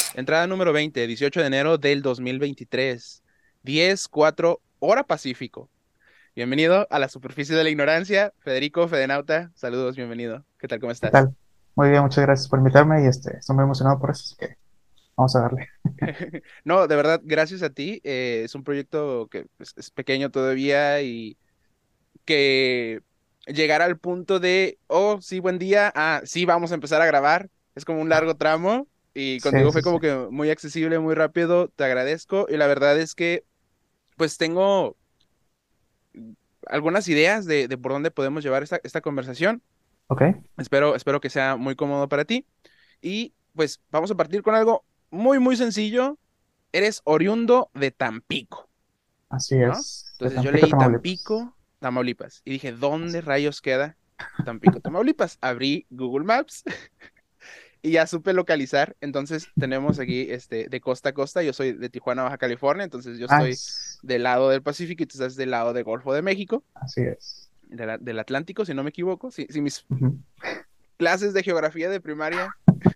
Entrada número 20, 18 de enero del 2023. 10:04 hora Pacífico. Bienvenido a la superficie de la ignorancia. Federico Fedenauta, saludos, bienvenido. ¿Qué tal? ¿Cómo ¿Qué estás? tal? Muy bien, muchas gracias por invitarme y estoy muy emocionado por eso, así que vamos a darle. No, de verdad, gracias a ti. Es un proyecto que es pequeño todavía y que llegar al punto de, oh, sí, buen día, sí, vamos a empezar a grabar. Es como un largo tramo y Sí, contigo sí, fue sí. como que muy accesible, muy rápido. Te agradezco y la verdad es que pues tengo algunas ideas de por dónde podemos llevar esta conversación. Ok, Espero que sea muy cómodo para ti. Y pues vamos a partir con algo muy, muy sencillo. Eres oriundo de Tampico, así ¿no? es. De Entonces yo Tampico, leí Tamaulipas. Tampico, Tamaulipas, y dije, ¿dónde Así. rayos queda Tampico, Tamaulipas? Abrí Google Maps y ya supe localizar. Entonces tenemos aquí de costa a costa. Yo soy de Tijuana, Baja California, entonces yo estoy Nice. del lado del Pacífico y tú estás del lado del Golfo de México. Así es. Del Atlántico, si no me equivoco. Si mis Ujú. clases de geografía de primaria,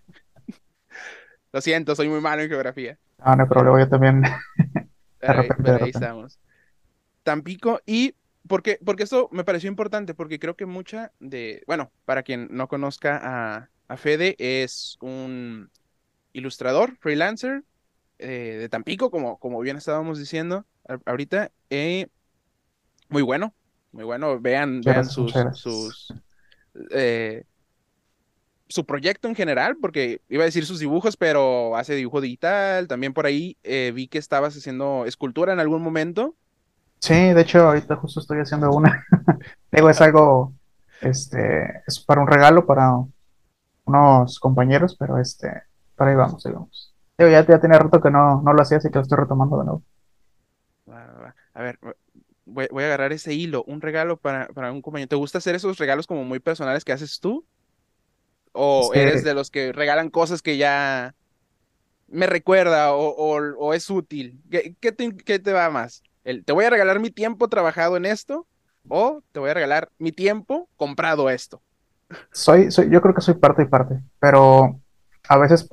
lo siento, soy muy malo en geografía, Ah, no hay problema, yo pero, también pero de ahí repente. estamos. Tampico y... Porque esto me pareció importante, porque creo que bueno, para quien no conozca a Fede, es un ilustrador, freelancer de Tampico, como bien estábamos diciendo ahorita, muy bueno, muy bueno. Vean, Muchas vean gracias, muchas gracias. eh, su proyecto en general, porque iba a decir sus dibujos, pero hace dibujo digital. También por ahí vi que estabas haciendo escultura en algún momento. Sí, de hecho, ahorita justo estoy haciendo una. Digo, es algo, es para un regalo para unos compañeros, pero por ahí vamos, ahí vamos. Digo, ya tiene rato que no lo hacía, así que lo estoy retomando de nuevo. Va, va, va. A ver, voy a agarrar ese hilo, un regalo para un compañero. ¿Te gusta hacer esos regalos como muy personales que haces tú? Es ¿O eres que de los que regalan cosas que ya me recuerda o es útil? ¿Qué te va más? ¿Te voy a regalar mi tiempo trabajado en esto o te voy a regalar mi tiempo comprado esto? yo creo que soy parte y parte, pero a veces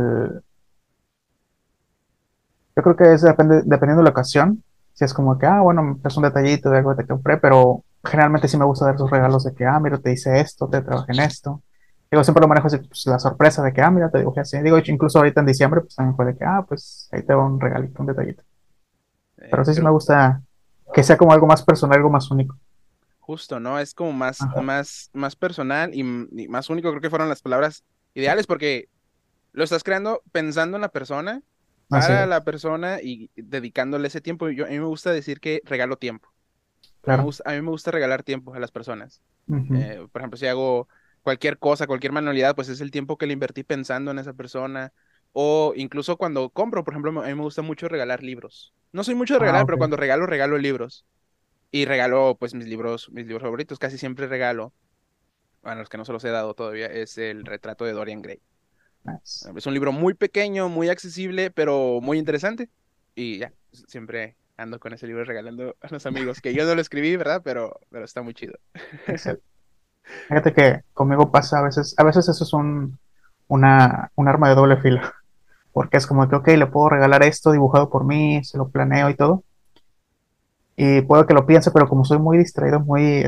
yo creo que dependiendo de la ocasión, si es como que, bueno, es un detallito de algo que te compré, pero generalmente sí me gusta dar esos regalos de que, mira, te hice esto, te trabajé en esto. Digo, siempre lo manejo así, pues, la sorpresa de que, mira, te dibujé así. Digo, incluso ahorita en diciembre, pues también fue de que, pues ahí te va un regalito, un detallito. Pero sí me Creo gusta que sea como algo más personal, algo más único. justo, ¿no? Es como más, Ajá, más, más personal y más único. Creo que fueron las palabras ideales porque lo estás creando pensando en la persona, así para la es, persona y dedicándole ese tiempo. A mí me gusta decir que regalo tiempo. claro. A mí me gusta regalar tiempo a las personas. Ujú. Por ejemplo, si hago cualquier cosa, cualquier manualidad, pues es el tiempo que le invertí pensando en esa persona. O incluso cuando compro, por ejemplo, a mí me gusta mucho regalar libros. No soy mucho de regalar, Ok. pero cuando regalo, regalo libros. Y regalo, pues, mis libros favoritos. Casi siempre regalo, bueno, los que no se los he dado todavía, es el retrato de Dorian Gray. Nice. Es un libro muy pequeño, muy accesible, pero muy interesante. Y ya, siempre ando con ese libro regalando a los amigos, que yo no lo escribí, ¿verdad? Pero está muy chido. Excelente. Fíjate que conmigo pasa a veces eso es un arma de doble filo. Porque es como que, ok, le puedo regalar esto dibujado por mí, se lo planeo y todo, y puedo que lo piense, pero como soy muy distraído,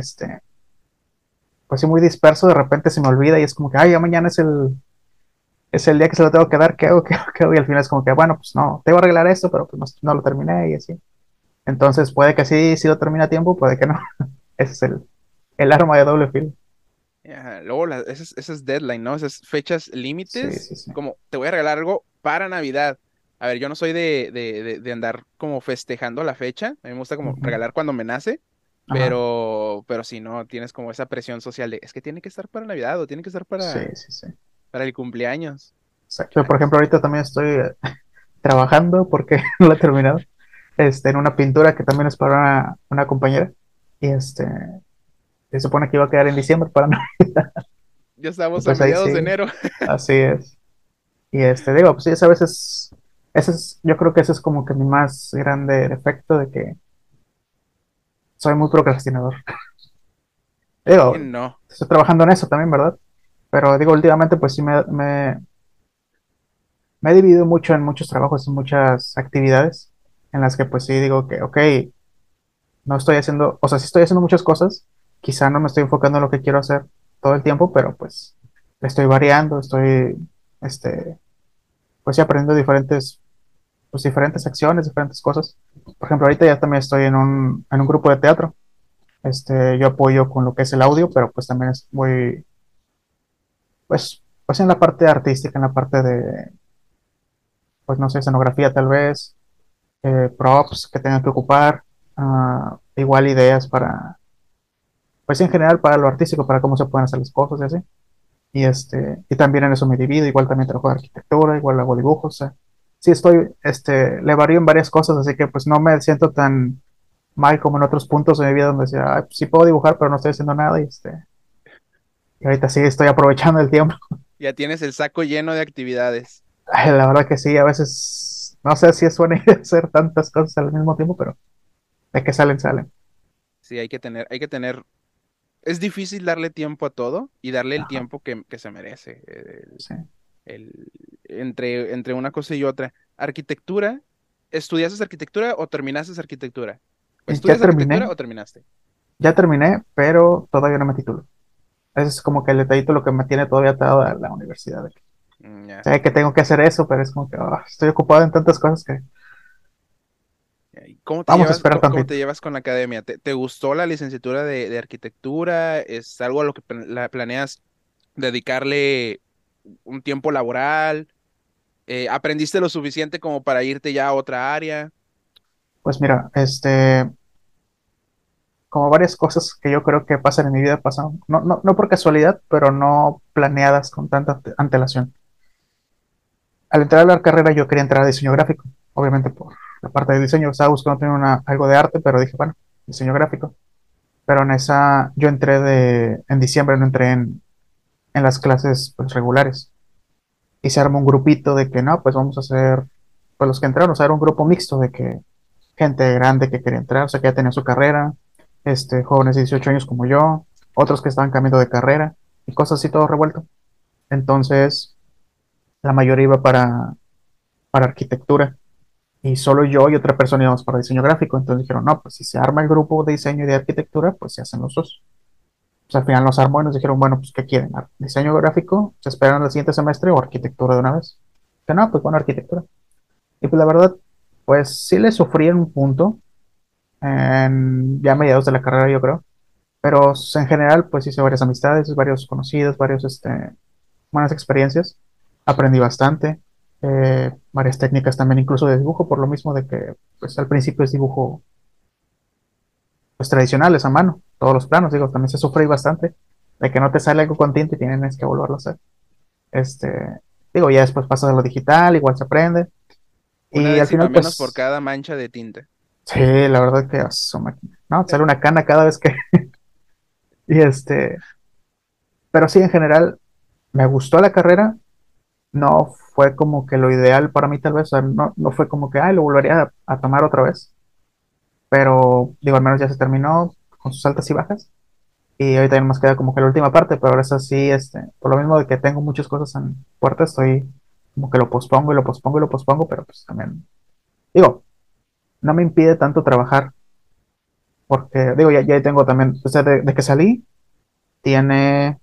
pues sí, muy disperso, de repente se me olvida y es como que, ya mañana es el día que se lo tengo que dar, ¿qué hago? ¿Qué hago? ¿Qué hago? Y al final es como que, bueno, pues no, te voy a regalar esto, pero pues no lo terminé y así. Entonces puede que sí lo termine a tiempo, puede que no. Ese es el arma de doble filo. Ajá, luego, esas deadline, ¿no? Esas fechas Sí, límites, sí, sí. como te voy a regalar algo para Navidad. A ver, yo no soy de andar como festejando la fecha. A mí me gusta como Ujú. regalar cuando me nace, Ajá. pero si no, tienes como esa presión social de, es que tiene que estar para Navidad o tiene que estar Sí, para, sí, sí. para el cumpleaños. Exacto. Por Chales. ejemplo, ahorita también estoy trabajando porque no lo he terminado, en una pintura que también es para una compañera. Y se supone que iba a quedar en diciembre para no. Ya Y estamos a pues ahí mediados de sí, enero. así es. Y digo, pues sí, a veces, yo creo que ese es como que mi más grande defecto de que soy muy procrastinador. Digo, ¿Quién no? estoy trabajando en eso también, ¿verdad? Pero digo, últimamente pues sí me he dividido mucho en muchos trabajos, en muchas actividades, en las que pues sí digo que, ok, no estoy haciendo, o sea, sí estoy haciendo muchas cosas, quizá no me estoy enfocando en lo que quiero hacer todo el tiempo, pero pues estoy variando, estoy, este, pues sí, aprendiendo diferentes, pues diferentes acciones, diferentes cosas. Por ejemplo, ahorita ya también estoy en un grupo de teatro. Yo apoyo con lo que es el audio, pero pues también es muy, pues en la parte artística, en la parte de, pues no sé, escenografía tal vez, props que tengan que ocupar, igual ideas para, pues en general para lo artístico, para cómo se pueden hacer las cosas y así. Y también en eso me divido, igual también trabajo de arquitectura, igual hago dibujos, o sea, sí estoy, le varío en varias cosas, así que pues no me siento tan mal como en otros puntos de mi vida donde decía, "Ay, pues sí puedo dibujar, pero no estoy haciendo nada", y ahorita sí estoy aprovechando el tiempo. Ya tienes el saco lleno de actividades. Ay, la verdad que sí, a veces, no sé si es buena idea hacer tantas cosas al mismo tiempo, pero de que salen, salen. Sí, hay que tener, es difícil darle tiempo a todo y darle el Ajá, tiempo que se merece. sí. Entre una cosa y otra. Arquitectura, ¿estudiaste arquitectura o terminaste arquitectura? Y ya ¿Estudias arquitectura terminé, o terminaste? ya terminé, pero todavía no me titulo. Ese es como que el detallito lo que me tiene todavía atado a la universidad. Ya. Sé que tengo que hacer eso, pero es como que estoy ocupado en tantas cosas que ¿Y ¿Cómo te vamos a llevas, esperar cómo te tantito. llevas con la academia? ¿Te gustó la licenciatura de arquitectura? ¿Es algo a lo que planeas dedicarle un tiempo laboral? ¿Aprendiste lo suficiente como para irte ya a otra área? Pues mira, como varias cosas que yo creo que pasan en mi vida pasan, no por casualidad, pero no planeadas con tanta antelación. Al entrar a la carrera yo quería entrar a diseño gráfico, obviamente por la parte de diseño, estaba buscando tener algo de arte, pero dije, bueno, diseño gráfico. Pero en esa, yo entré en diciembre, no entré en las clases pues, regulares. Y se armó un grupito de que no, pues vamos a hacer, pues los que entraron, o sea, era un grupo mixto de que gente grande que quería entrar, o sea, que ya tenía su carrera, jóvenes de 18 años como yo, otros que estaban cambiando de carrera y cosas así todo revuelto. Entonces, la mayoría iba para arquitectura y solo yo y otra persona íbamos para diseño gráfico. Entonces dijeron, no, pues si se arma el grupo de diseño y de arquitectura, pues se hacen los dos. Pues al final nos armó y nos dijeron, bueno, pues ¿qué quieren? ¿Diseño gráfico? ¿Se esperan el siguiente semestre o arquitectura de una vez? Que no, pues bueno, arquitectura. Y pues la verdad, pues sí le sufrí en un punto, ya a mediados de la carrera yo creo, pero en general pues hice varias amistades, varios conocidos, buenas experiencias, aprendí bastante, varias técnicas también incluso de dibujo, por lo mismo de que pues al principio es dibujo pues tradicionales a mano, todos los planos, digo, también se sufre bastante de que no te sale algo con tinta y tienes que volverlo a hacer. Digo, ya después pasas a lo digital, igual se aprende, Una y al décima final menos por pues cada mancha de tinta. sí, la verdad que su máquina, ¿no? Sale una cana cada vez que, y pero sí, en general, me gustó la carrera, no fue como que lo ideal para mí tal vez, o sea, no fue como que, ay, lo volvería a tomar otra vez, pero digo, al menos ya se terminó con sus altas y bajas, y ahorita ya nos queda como que la última parte, pero ahora eso sí, por lo mismo de que tengo muchas cosas en puerta, estoy como que lo pospongo y lo pospongo y lo pospongo, pero pues también, digo, no me impide tanto trabajar, porque digo, ya tengo también, o sea, de que salí, tiene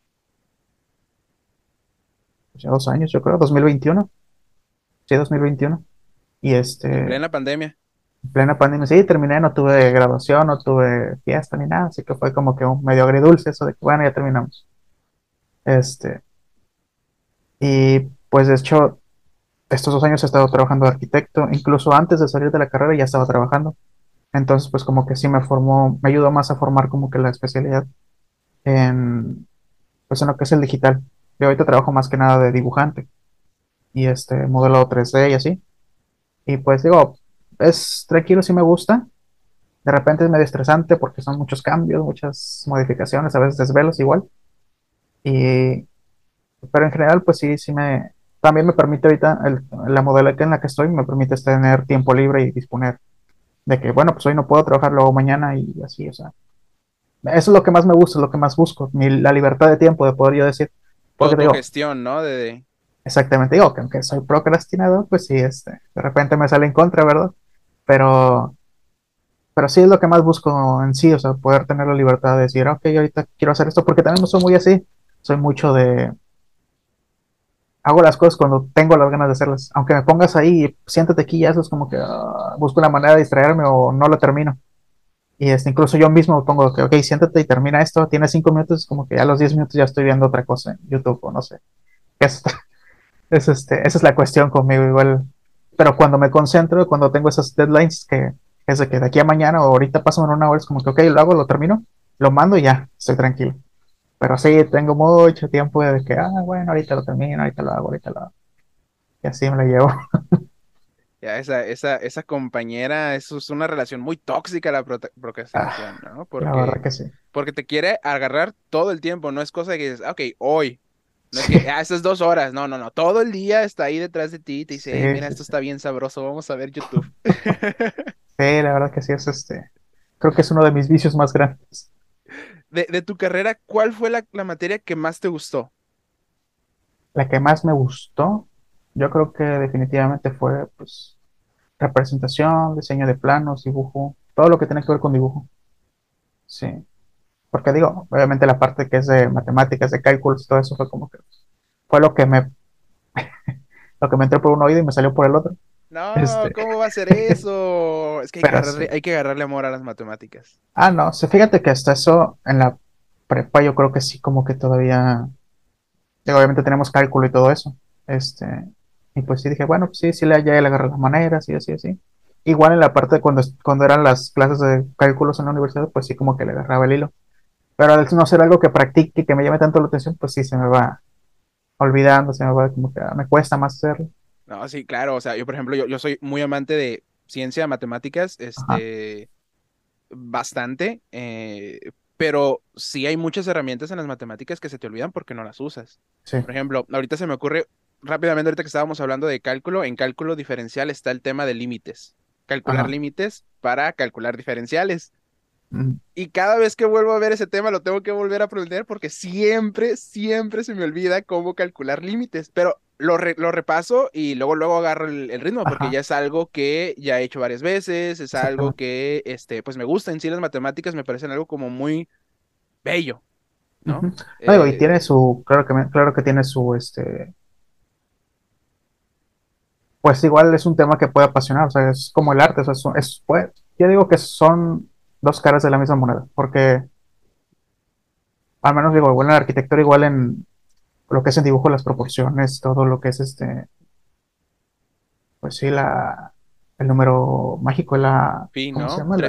pues, ya 2 años, yo creo, 2021, sí, 2021, y En plena pandemia. en plena pandemia, sí, terminé, no tuve graduación, no tuve fiesta ni nada, así que fue como que un medio agridulce eso de que, bueno, ya terminamos. Este, y pues de hecho, estos 2 años he estado trabajando de arquitecto, incluso antes de salir de la carrera ya estaba trabajando. Entonces, pues como que sí me formó, me ayudó más a formar como que la especialidad en, pues en lo que es el digital. Yo ahorita trabajo más que nada de dibujante y modelo 3D y así. Y pues digo, es tranquilo, sí me gusta. De repente es medio estresante porque son muchos cambios, muchas modificaciones, a veces desvelos igual. Y, pero en general, pues sí, también me permite ahorita, la modalidad en la que estoy, me permite tener tiempo libre y disponer de que, bueno, pues hoy no puedo trabajar, luego mañana y así, o sea. Eso es lo que más me gusta, es lo que más busco, la libertad de tiempo de poder yo decir. Tu Porque te digo, autogestión, ¿no? exactamente, digo que aunque soy procrastinador, pues sí, de repente me sale en contra, ¿verdad? Pero, pero sí es lo que más busco en sí, o sea, poder tener la libertad de decir, ok, ahorita quiero hacer esto, porque también no soy muy así, soy mucho de, hago las cosas cuando tengo las ganas de hacerlas, aunque me pongas ahí, siéntate aquí, ya eso es como que busco una manera de distraerme o no lo termino. Y incluso yo mismo me pongo que, ok, siéntate y termina esto, tienes 5 minutos, como que ya a los 10 minutos ya estoy viendo otra cosa en YouTube o no sé. Es, esa es la cuestión conmigo igual. Pero cuando me concentro, cuando tengo esas deadlines, que es de que de aquí a mañana o ahorita paso en una hora, es como que, ok, lo hago, lo termino, lo mando y ya, estoy tranquilo. Pero sí, tengo mucho tiempo de que, bueno, ahorita lo termino, ahorita lo hago, ahorita lo hago. Y así me lo llevo. Ya, esa compañera, eso es una relación muy tóxica la procrastinación, Ah, ¿no? la verdad que sí. Porque te quiere agarrar todo el tiempo, no es cosa de que dices, "Ah, ok, hoy, no es que, estas 2 horas, no, no, no, todo el día está ahí detrás de ti y te dice, hey, Sí, mira, sí, esto sí. está bien sabroso, vamos a ver YouTube." Sí, la verdad que sí es creo que es uno de mis vicios más grandes. De tu carrera, ¿cuál fue la materia que más te gustó? La que más me gustó, yo creo que definitivamente fue, pues, representación, diseño de planos, dibujo, todo lo que tiene que ver con dibujo. Sí, porque digo, obviamente la parte que es de matemáticas, de cálculos, todo eso fue como que fue lo que me entró por un oído y me salió por el otro. No, Este, ¿cómo va a ser eso? Es que pero sí. hay que agarrarle amor a las matemáticas. No, sí, fíjate que hasta eso en la prepa yo creo que sí, como que todavía, digo, obviamente tenemos cálculo y todo eso. Este, y pues sí dije, bueno, pues sí, sí ya le agarré las maneras y así, así. Igual en la parte de cuando eran las clases de cálculos en la universidad, pues sí como que le agarraba el hilo. Pero al no ser algo que practique, que me llame tanto la atención, pues sí se me va olvidando, se me va como que me cuesta más hacerlo. No, sí, claro, o sea, yo por ejemplo, yo soy muy amante de ciencia, matemáticas, Ajá, bastante, pero sí hay muchas herramientas en las matemáticas que se te olvidan porque no las usas. sí, Por ejemplo, ahorita se me ocurre rápidamente, ahorita que estábamos hablando de cálculo, en cálculo diferencial está el tema de límites. Calcular ajá. límites para calcular diferenciales. Mm, Y cada vez que vuelvo a ver ese tema lo tengo que volver a aprender porque siempre, siempre se me olvida cómo calcular límites. Pero lo repaso y luego agarro el ritmo porque ajá, ya es algo que ya he hecho varias veces, es algo exactamente. que, pues me gusta en sí las matemáticas, me parecen algo como muy bello, ¿no? Ujú. No digo, y tiene claro que tiene pues igual es un tema que puede apasionar, o sea, es como el arte, o sea, yo digo que son dos caras de la misma moneda, porque al menos digo, igual en la arquitectura, igual en lo que es en dibujo, las proporciones, todo lo que es pues sí, el número mágico, Fin, ¿cómo se ¿no? llama?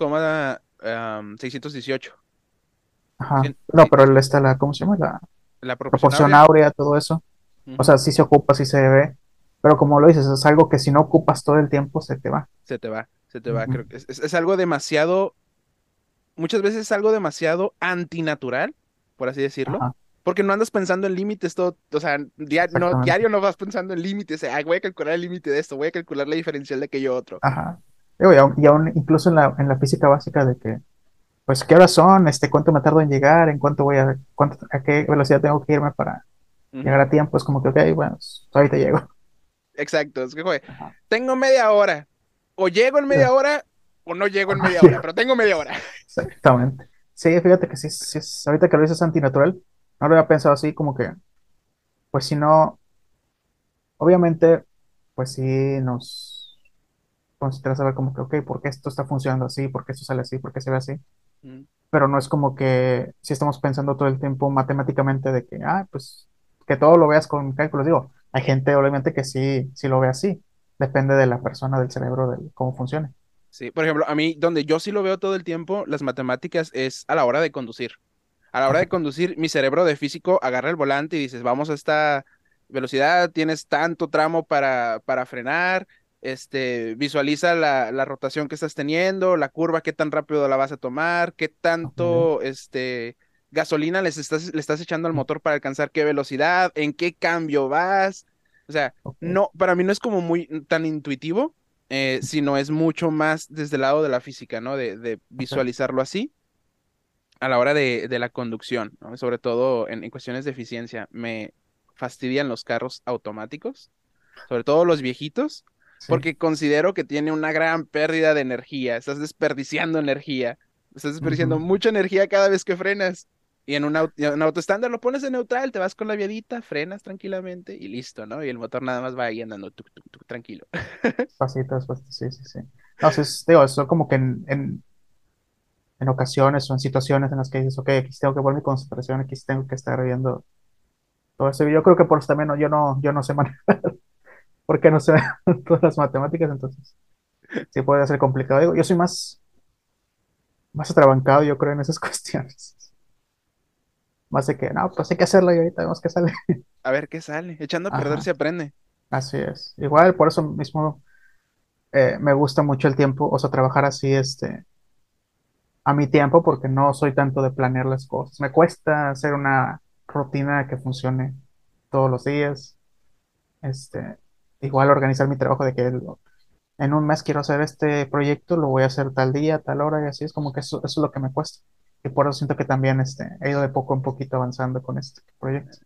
3,618. Ajá, Sí, no, sí, pero ¿cómo se llama? La la proporción proporción áurea. áurea, todo eso. O Ujú. sea, sí se ocupa, sí se ve, pero como lo dices, es algo que si no ocupas todo el tiempo se te va. Se te va, se te va. Ujú. Creo que es algo demasiado, muchas veces es algo demasiado antinatural, por así decirlo, Ajá, porque no andas pensando en límites todo, o sea, no, exactamente. diario no vas pensando en límites, "Ay, voy a calcular el límite de esto, voy a calcular la diferencial de aquello otro." Ajá. Digo, y aún incluso en la física básica de que, pues, ¿qué horas son? ¿Cuánto me tardo en llegar? ¿A qué velocidad tengo que irme para llegar Ujú. a tiempo? Es como que, ok, bueno, pues, ahorita llego. Exacto, es que, joder, Ajá. tengo media hora, o llego en media hora, o no llego O en no media hora, llego. pero tengo media hora. Exactamente. Sí, fíjate que sí, sí ahorita que lo dices antinatural, no lo había pensado así, como que, pues si no, obviamente, pues sí nos considera saber como que, ok, ¿por qué esto está funcionando así? ¿Por qué esto sale así? ¿Por qué se ve así? Mm. Pero no es como que si estamos pensando todo el tiempo matemáticamente de que, pues, que todo lo veas con cálculos. Digo, hay gente obviamente que sí, sí lo ve así. Depende de la persona, del cerebro, de cómo funcione. Sí, por ejemplo, a mí, donde yo sí lo veo todo el tiempo, las matemáticas es a la hora de conducir. A la hora de Ok. conducir, mi cerebro de físico agarra el volante y dices, vamos a esta velocidad, tienes tanto tramo para frenar, visualiza la rotación que estás teniendo, la curva, qué tan rápido la vas a tomar, qué Ok. tanto, gasolina le estás echando al motor para alcanzar qué velocidad, en qué cambio vas. O sea, Ok. no, para mí no es como muy tan intuitivo, sino es mucho más desde el lado de la física, ¿no? De Ok. visualizarlo así a la hora de la conducción, ¿no? Sobre todo en cuestiones de eficiencia. fastidian los carros automáticos, sobre todo los viejitos, Sí. porque considero que tiene una gran pérdida de energía. Estás desperdiciando energía. Estás desperdiciando Ujú. mucha energía cada vez que frenas. Y en un auto estándar lo pones en neutral, te vas con la viadita, frenas tranquilamente y listo, ¿no? Y el motor nada más va ahí andando tuc, tuc, tuc, tranquilo. Despacito, despacito, sí, sí, sí. No, sí, digo, eso como que en ocasiones o en situaciones en las que dices, ok, aquí sí tengo que poner mi concentración, aquí sí tengo que estar viendo todo eso. Yo creo que por eso también yo no sé manejar, porque no sé todas las matemáticas, entonces sí puede ser complicado. Digo, yo soy más atrabancado, yo creo, en esas cuestiones. Más de que, no, pues hay que hacerlo y ahorita vemos qué sale. A ver qué sale. Echando a perder Ajá, se aprende. así es. Igual, por eso mismo me gusta mucho el tiempo, o sea, trabajar así, a mi tiempo, porque no soy tanto de planear las cosas. Me cuesta hacer una rutina que funcione todos los días. Este, igual organizar mi trabajo de que en un mes quiero hacer este proyecto, lo voy a hacer tal día, tal hora, y así es como que eso es lo que me cuesta. Y por eso siento que también he ido de poco en poquito avanzando con este proyecto.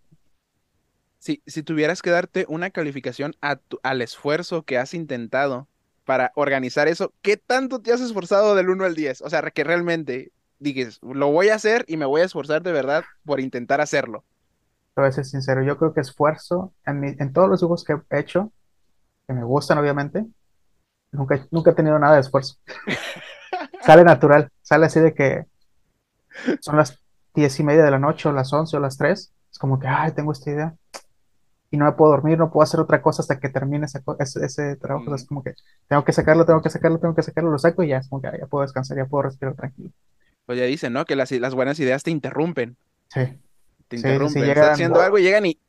Si tuvieras que darte una calificación al esfuerzo que has intentado para organizar eso, ¿qué tanto te has esforzado del 1 al 10? O sea, que realmente dices, lo voy a hacer y me voy a esforzar de verdad por intentar hacerlo. Te voy a ser sincero, yo creo que esfuerzo en todos los dibujos que he hecho, que me gustan obviamente, nunca he tenido nada de esfuerzo. Sale natural, sale así de que son las 10:30 de la noche o las 11 o las 3. Es como que, ay, tengo esta idea y no me puedo dormir, no puedo hacer otra cosa hasta que termine ese trabajo. Es Mm, como que tengo que sacarlo, tengo que sacarlo, tengo que sacarlo, lo saco y ya es como que ya puedo descansar, ya puedo respirar tranquilo. Pues ya dicen, ¿no? Que las buenas ideas te interrumpen, Sí, te sí, sí, sí, interrumpen. Estás llegan, haciendo algo y llegan y...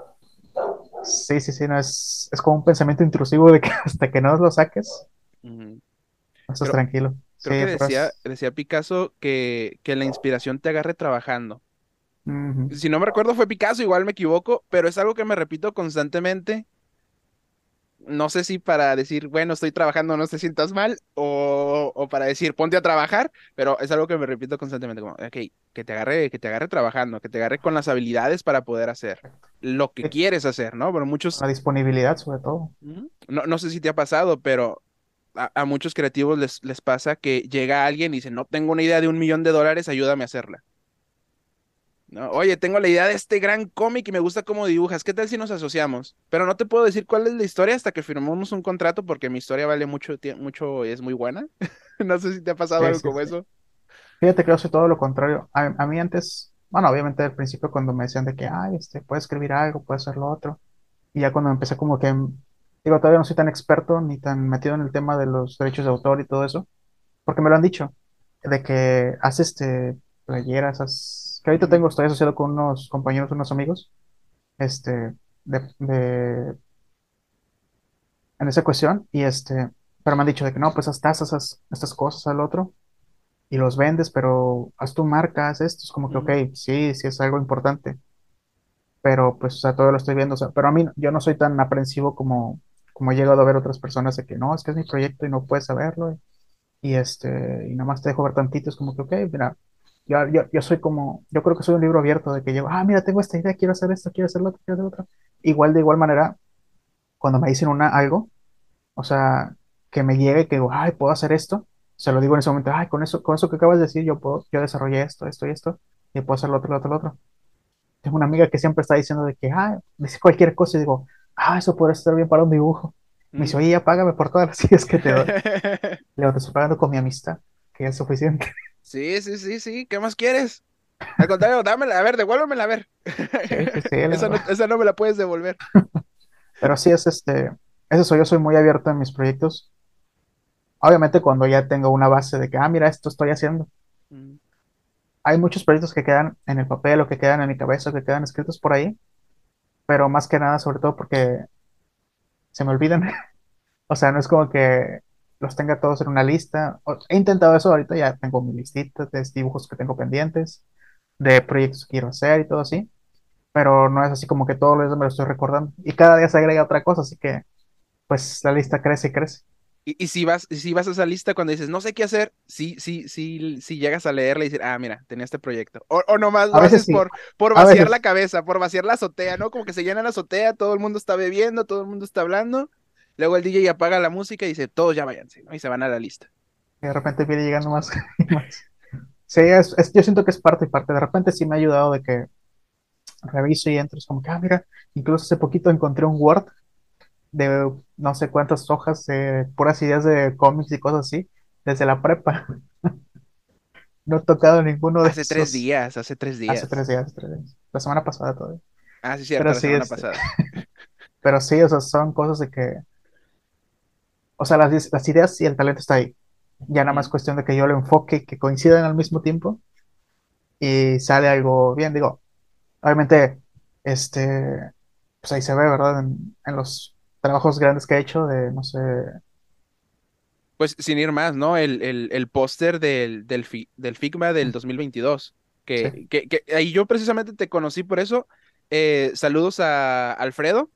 sí, sí, sí, no es como un pensamiento intrusivo de que hasta que no lo saques, Ujú. no estás Creo, tranquilo. Sí, creo que pues, decía Picasso que la inspiración te agarre trabajando. ujú, Si no me recuerdo fue Picasso, igual me equivoco, pero es algo que me repito constantemente. No sé si para decir, bueno, estoy trabajando, no te sientas mal, o para decir, ponte a trabajar, pero es algo que me repito constantemente, como, ok, que te agarre trabajando, que te agarre con las habilidades para poder hacer lo que sí, quieres hacer, ¿no? Pero con la disponibilidad sobre todo. ujú, no sé si te ha pasado, pero a muchos creativos les pasa que llega alguien y dice, no tengo una idea de $1 millón, ayúdame a hacerla. ¿No? Oye, tengo la idea de este gran cómic y me gusta cómo dibujas. ¿Qué tal si nos asociamos? Pero no te puedo decir cuál es la historia hasta que firmemos un contrato porque mi historia vale mucho, mucho, es muy buena. No sé si te ha pasado Sí, algo sí, como sí. eso. Fíjate que yo soy todo lo contrario. A mí antes, bueno, obviamente al principio cuando me decían de que, ay, puedes escribir algo, puedes hacer lo otro. Y ya cuando empecé como que, digo, todavía no soy tan experto ni tan metido en el tema de los derechos de autor y todo eso, porque me lo han dicho, de que haces playeras, que ahorita Ujú, estoy asociado con unos compañeros, unos amigos, este, en esa cuestión, y pero me han dicho de que no, pues haz tazas, haz estas cosas al otro, y los vendes, pero haz tu marca, haz esto, es como que, ok, ujú, sí, sí es algo importante, pero pues, o sea, todo lo estoy viendo, o sea, pero a mí yo no soy tan aprensivo como he llegado a ver otras personas de que no, es que es mi proyecto y no puedes saberlo, y nada más te dejo ver tantito, es como que, ok, mira, yo soy como, yo creo que soy un libro abierto de que llego, mira, tengo esta idea, quiero hacer esto, quiero hacer lo otro, quiero hacer lo otro. Igual, de igual manera, cuando me dicen algo, o sea, que me llegue, que digo, ay, puedo hacer esto, se lo digo en ese momento, ay, con eso que acabas de decir, yo desarrollé esto y esto, y puedo hacer lo otro, lo otro, lo otro. Tengo una amiga que siempre está diciendo de que, dice cualquier cosa y digo, eso podría estar bien para un dibujo. Me dice, ujú. oye, ya págame por todas las ideas que te doy. Le digo, te estoy pagando con mi amistad, que ya es suficiente. Sí, sí, sí, sí. ¿Qué más quieres? Al contrario, dámela, a ver, devuélvemela a ver. Sí, sí, sí, la verdad. Esa no me la puedes devolver. Pero sí es eso, yo soy muy abierto en mis proyectos. Obviamente cuando ya tengo una base de que, mira, esto estoy haciendo. Mm, Hay muchos proyectos que quedan en el papel o que quedan en mi cabeza o que quedan escritos por ahí, pero más que nada, sobre todo porque se me olvidan. O sea, no es como que los tenga todos en una lista. He intentado eso ahorita, ya tengo mi listita de dibujos que tengo pendientes, de proyectos que quiero hacer y todo así, pero no es así como que todos los días me lo estoy recordando. Y cada día se agrega otra cosa, así que pues la lista crece y crece. Y si vas a esa lista cuando dices, no sé qué hacer, sí llegas a leerla y decir, ah, mira, tenía este proyecto. O nomás A lo veces haces sí, por a vaciar la veces. cabeza, por vaciar la azotea, ¿no? Como que se llena la azotea, todo el mundo está bebiendo, todo el mundo está hablando. Luego el DJ apaga la música y dice, todos ya váyanse, ¿no? Y se van a la lista. De repente viene llegando más y más. Sí, yo siento que es parte y parte. De repente sí me ha ayudado de que reviso y entro. Es como que, ah, mira, incluso hace poquito encontré un Word de no sé cuántas hojas, puras ideas de cómics y cosas así, desde la prepa. No he tocado ninguno de esos Hace tres hace días. 3 días, 3 días. La semana pasada todavía. Ah, sí, Pero cierto, la sí, semana pasada. pero sí, o sea, son cosas de que, o sea, las ideas y el talento está ahí. Ya nada más Ujú. cuestión de que yo lo enfoque y que coincidan al mismo tiempo y sale algo bien. Digo, obviamente, pues ahí se ve, ¿verdad? En los trabajos grandes que he hecho de, no sé, Pues sin ir más, ¿no? El póster del Figma del mm, 2022, sí. que ahí yo precisamente te conocí por eso. Saludos a Alfredo,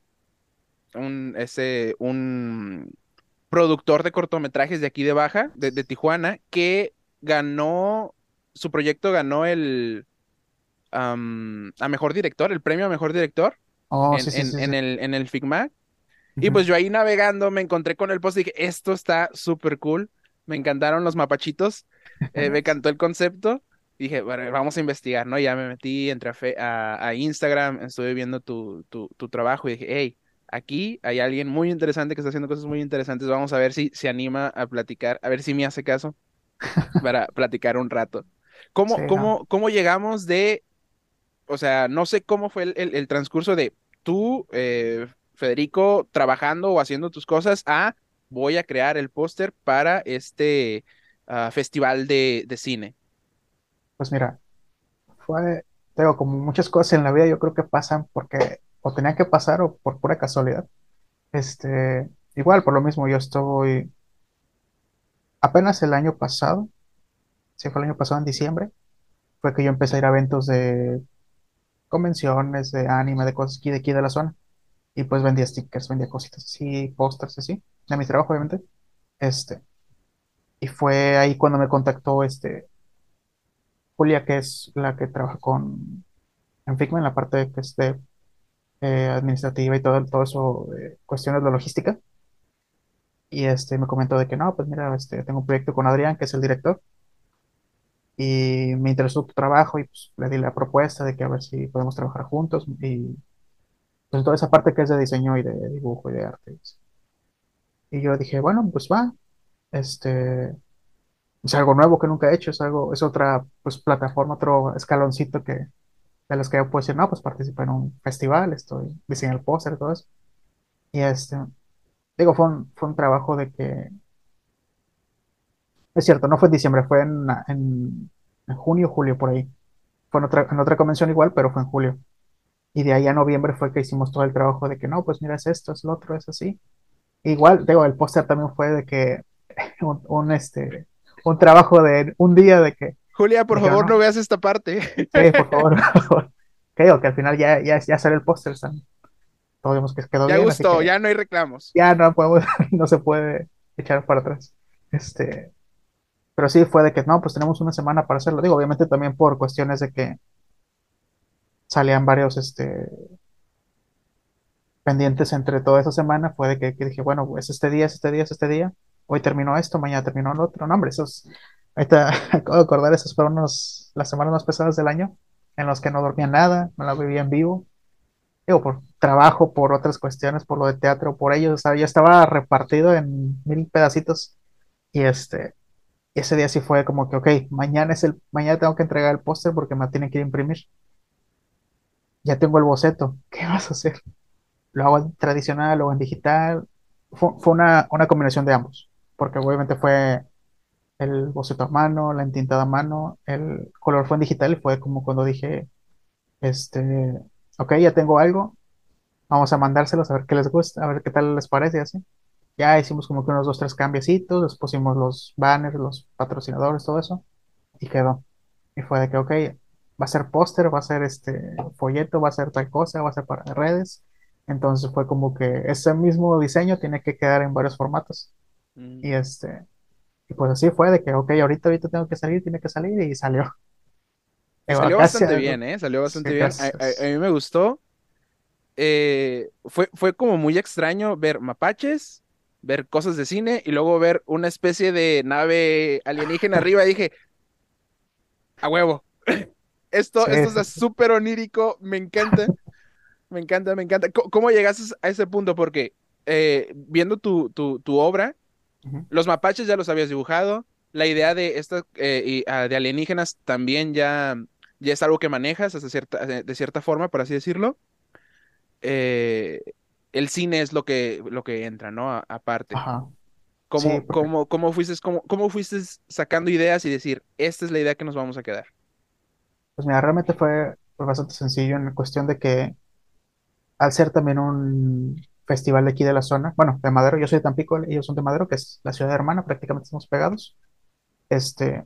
un productor de cortometrajes de aquí de Baja, de Tijuana, que ganó, su proyecto ganó a mejor director, el premio a mejor director Oh, sí, sí, sí, sí. en el Figma. Y Ujú. pues yo ahí navegando me encontré con el post y dije, esto está súper cool. Me encantaron los mapachitos, me encantó el concepto. Y dije, bueno, vamos a investigar, ¿no? Ya me metí, entré a Instagram, estuve viendo tu trabajo y dije, hey, aquí hay alguien muy interesante que está haciendo cosas muy interesantes. Vamos a ver si se anima a platicar, a ver si me hace caso para platicar un rato. Sí, no. ¿Cómo llegamos de o sea, no sé cómo fue el transcurso de tú, Federico, trabajando o haciendo tus cosas, a voy a crear el póster para este festival de cine. Pues mira, te digo, como muchas cosas en la vida, yo creo que pasan porque o tenían que pasar o por pura casualidad. Igual, por lo mismo, yo estoy apenas el año pasado, sí fue el año pasado en diciembre, fue que yo empecé a ir a eventos de convenciones, de anime, de cosas aquí de la zona. Y pues vendía stickers, vendía cositas así, pósters así, de mi trabajo, obviamente. Este, y fue ahí cuando me contactó Julia, que es la que trabaja en Figma, en la parte que es de administrativa y todo eso, cuestiones de logística. Y me comentó de que no, pues mira, tengo un proyecto con Adrián, que es el director, y me interesó tu trabajo y pues le di la propuesta de que a ver si podemos trabajar juntos y pues toda esa parte que es de diseño y de dibujo y de arte. Y yo dije, bueno, pues va, este, es algo nuevo que nunca he hecho, es otra pues plataforma, otro escaloncito de los que yo puedo decir, no, pues participo en un festival, estoy diseñando el póster y todo eso. Y digo, fue un trabajo de que, es cierto, no fue en diciembre, fue en junio, julio, por ahí. Fue en otra convención igual, pero fue en julio. Y de ahí a noviembre fue que hicimos todo el trabajo de que no, pues mira, es esto, es lo otro, es así. Igual, digo, el póster también fue de que un trabajo de un día de que Julia, por dijeron, favor, no no, veas esta parte. sí, por favor, por favor. Que digo, que al final ya sale el póster, todos vimos que quedó Ya bien, así gustó, que ya no hay reclamos. ya no podemos, no se puede echar para atrás. Este, pero sí fue de que no, pues tenemos una semana para hacerlo. Digo, obviamente también por cuestiones de que salían varios pendientes entre toda esa semana, fue de que dije, bueno, pues este día, es este día, es este día, hoy terminó esto, mañana terminó el otro. No, hombre, ahorita acabo de acordar, esos fueron las semanas más pesadas del año, en los que no dormía nada, me la vivía en vivo. Digo, por trabajo, por otras cuestiones, por lo de teatro, por ello, o sea, ya estaba repartido en mil pedacitos. Y ese día sí fue como que, ok, mañana tengo que entregar el póster porque me tienen que ir a imprimir. Ya tengo el boceto. ¿Qué vas a hacer? ¿Lo hago en tradicional o en digital? Fue una combinación de ambos, porque obviamente fue el boceto a mano, la entintada a mano, el color fue en digital y fue como cuando dije, este, ok, ya tengo algo, vamos a mandárselos a ver qué les gusta, a ver qué tal les parece y así. Ya hicimos como que unos dos, tres cambiecitos, les pusimos los banners, los patrocinadores, todo eso, y quedó. Y fue de que, ok, va a ser póster, va a ser folleto, va a ser tal cosa, va a ser para redes. Entonces fue como que ese mismo diseño tiene que quedar en varios formatos. Y Mm. y pues así fue de que, ok, ahorita tengo que salir, tiene que salir y salió. Y Digo, salió casi, bastante bien, ¿eh? Salió sí, bastante bien. A gracias. mí me gustó. Fue como muy extraño ver mapaches, ver cosas de cine y luego ver una especie de nave alienígena arriba. Y dije, a huevo. Sí, Esto sí, está sí. súper onírico, me encanta, me encanta, me encanta. ¿Cómo llegaste a ese punto? Porque viendo tu obra, Ujú. los mapaches ya los habías dibujado, la idea de estas de alienígenas también ya es algo que manejas hasta de cierta forma, por así decirlo. Eh, el cine es lo que entra, ¿no? Aparte. Ajá. Sí, porque Cómo fuiste sacando ideas y decir, esta es la idea que nos vamos a quedar? pues mira, realmente fue bastante sencillo en cuestión de que al ser también un festival de aquí de la zona, bueno, de Madero, yo soy de Tampico, ellos son de Madero, que es la ciudad hermana, prácticamente estamos pegados. Este,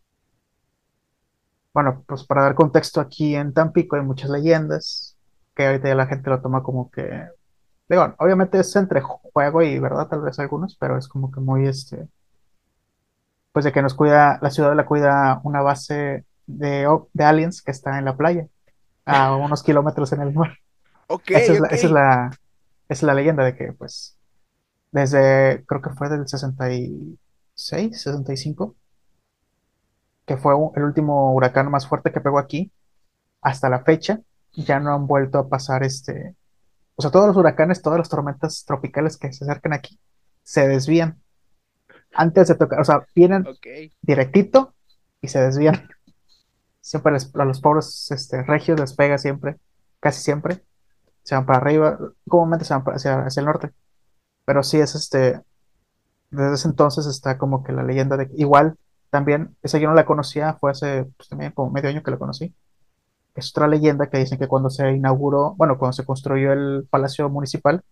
bueno, pues para dar contexto, aquí en Tampico hay muchas leyendas, que ahorita ya la gente lo toma como que, digo, obviamente es entre juego y verdad, tal vez algunos, pero es como que muy, pues de que nos cuida, la ciudad la cuida una base de aliens que está en la playa, a unos kilómetros en el mar. Ok, Esa es la, ok. esa es la, esa es la leyenda de que, pues, desde, creo que fue del 66, 65, que fue el último huracán más fuerte que pegó aquí, hasta la fecha, ya no han vuelto a pasar o sea, todos los huracanes, todas las tormentas tropicales que se acercan aquí, se desvían antes de tocar, o sea, vienen Ok. directito y se desvían. Siempre a los pobres regios les pega siempre, casi siempre, se van para arriba, comúnmente se van hacia el norte, pero sí es desde ese entonces está como que la leyenda de igual también, esa yo no la conocía, fue hace pues, también como medio año que la conocí. Es otra leyenda que dicen que cuando se inauguró, bueno, cuando se construyó el Palacio Municipal,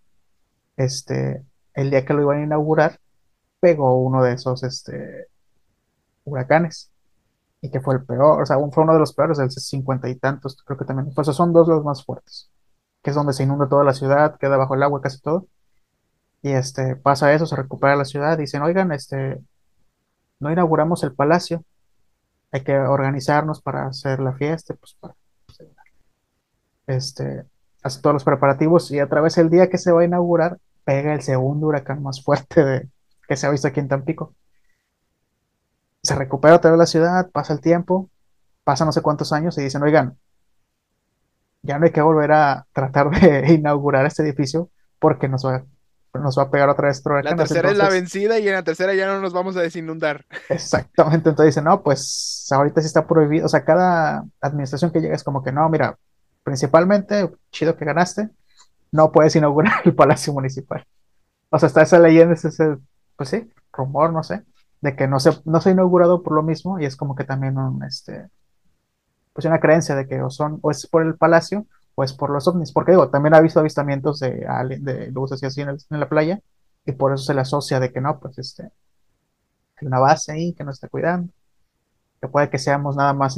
el día que lo iban a inaugurar, pegó uno de esos huracanes y que fue el peor, o sea, fue uno de los peores del 50 y tantos, creo que también. Pues son dos los más fuertes, que es donde se inunda toda la ciudad, queda bajo el agua casi todo. Y pasa eso, se recupera la ciudad, dicen, oigan, no inauguramos el palacio, hay que organizarnos para hacer la fiesta, pues para este, hacer todos los preparativos y a través del día que se va a inaugurar, pega el segundo huracán más fuerte que se ha visto aquí en Tampico. Se recupera otra vez la ciudad, pasa el tiempo, pasa no sé cuántos años y dicen, oigan, ya no hay que volver a tratar de inaugurar este edificio porque nos va a pegar otra vez otro La huracán. Así tercera es la entonces, vencida y en la tercera ya no nos vamos a desinundar. exactamente, entonces dicen, no, pues ahorita sí está prohibido, o sea, cada administración que llega es como que no, mira, principalmente, chido que ganaste, no puedes inaugurar el Palacio Municipal. O sea, está esa leyenda, es ese, pues sí, rumor, no sé, de que no se ha inaugurado por lo mismo y es como que también pues una creencia de que o es por el palacio o es por los ovnis. Porque digo, también ha visto avistamientos de luces y así en la playa y por eso se le asocia de que no, pues hay una base ahí que nos está cuidando, que puede que seamos nada más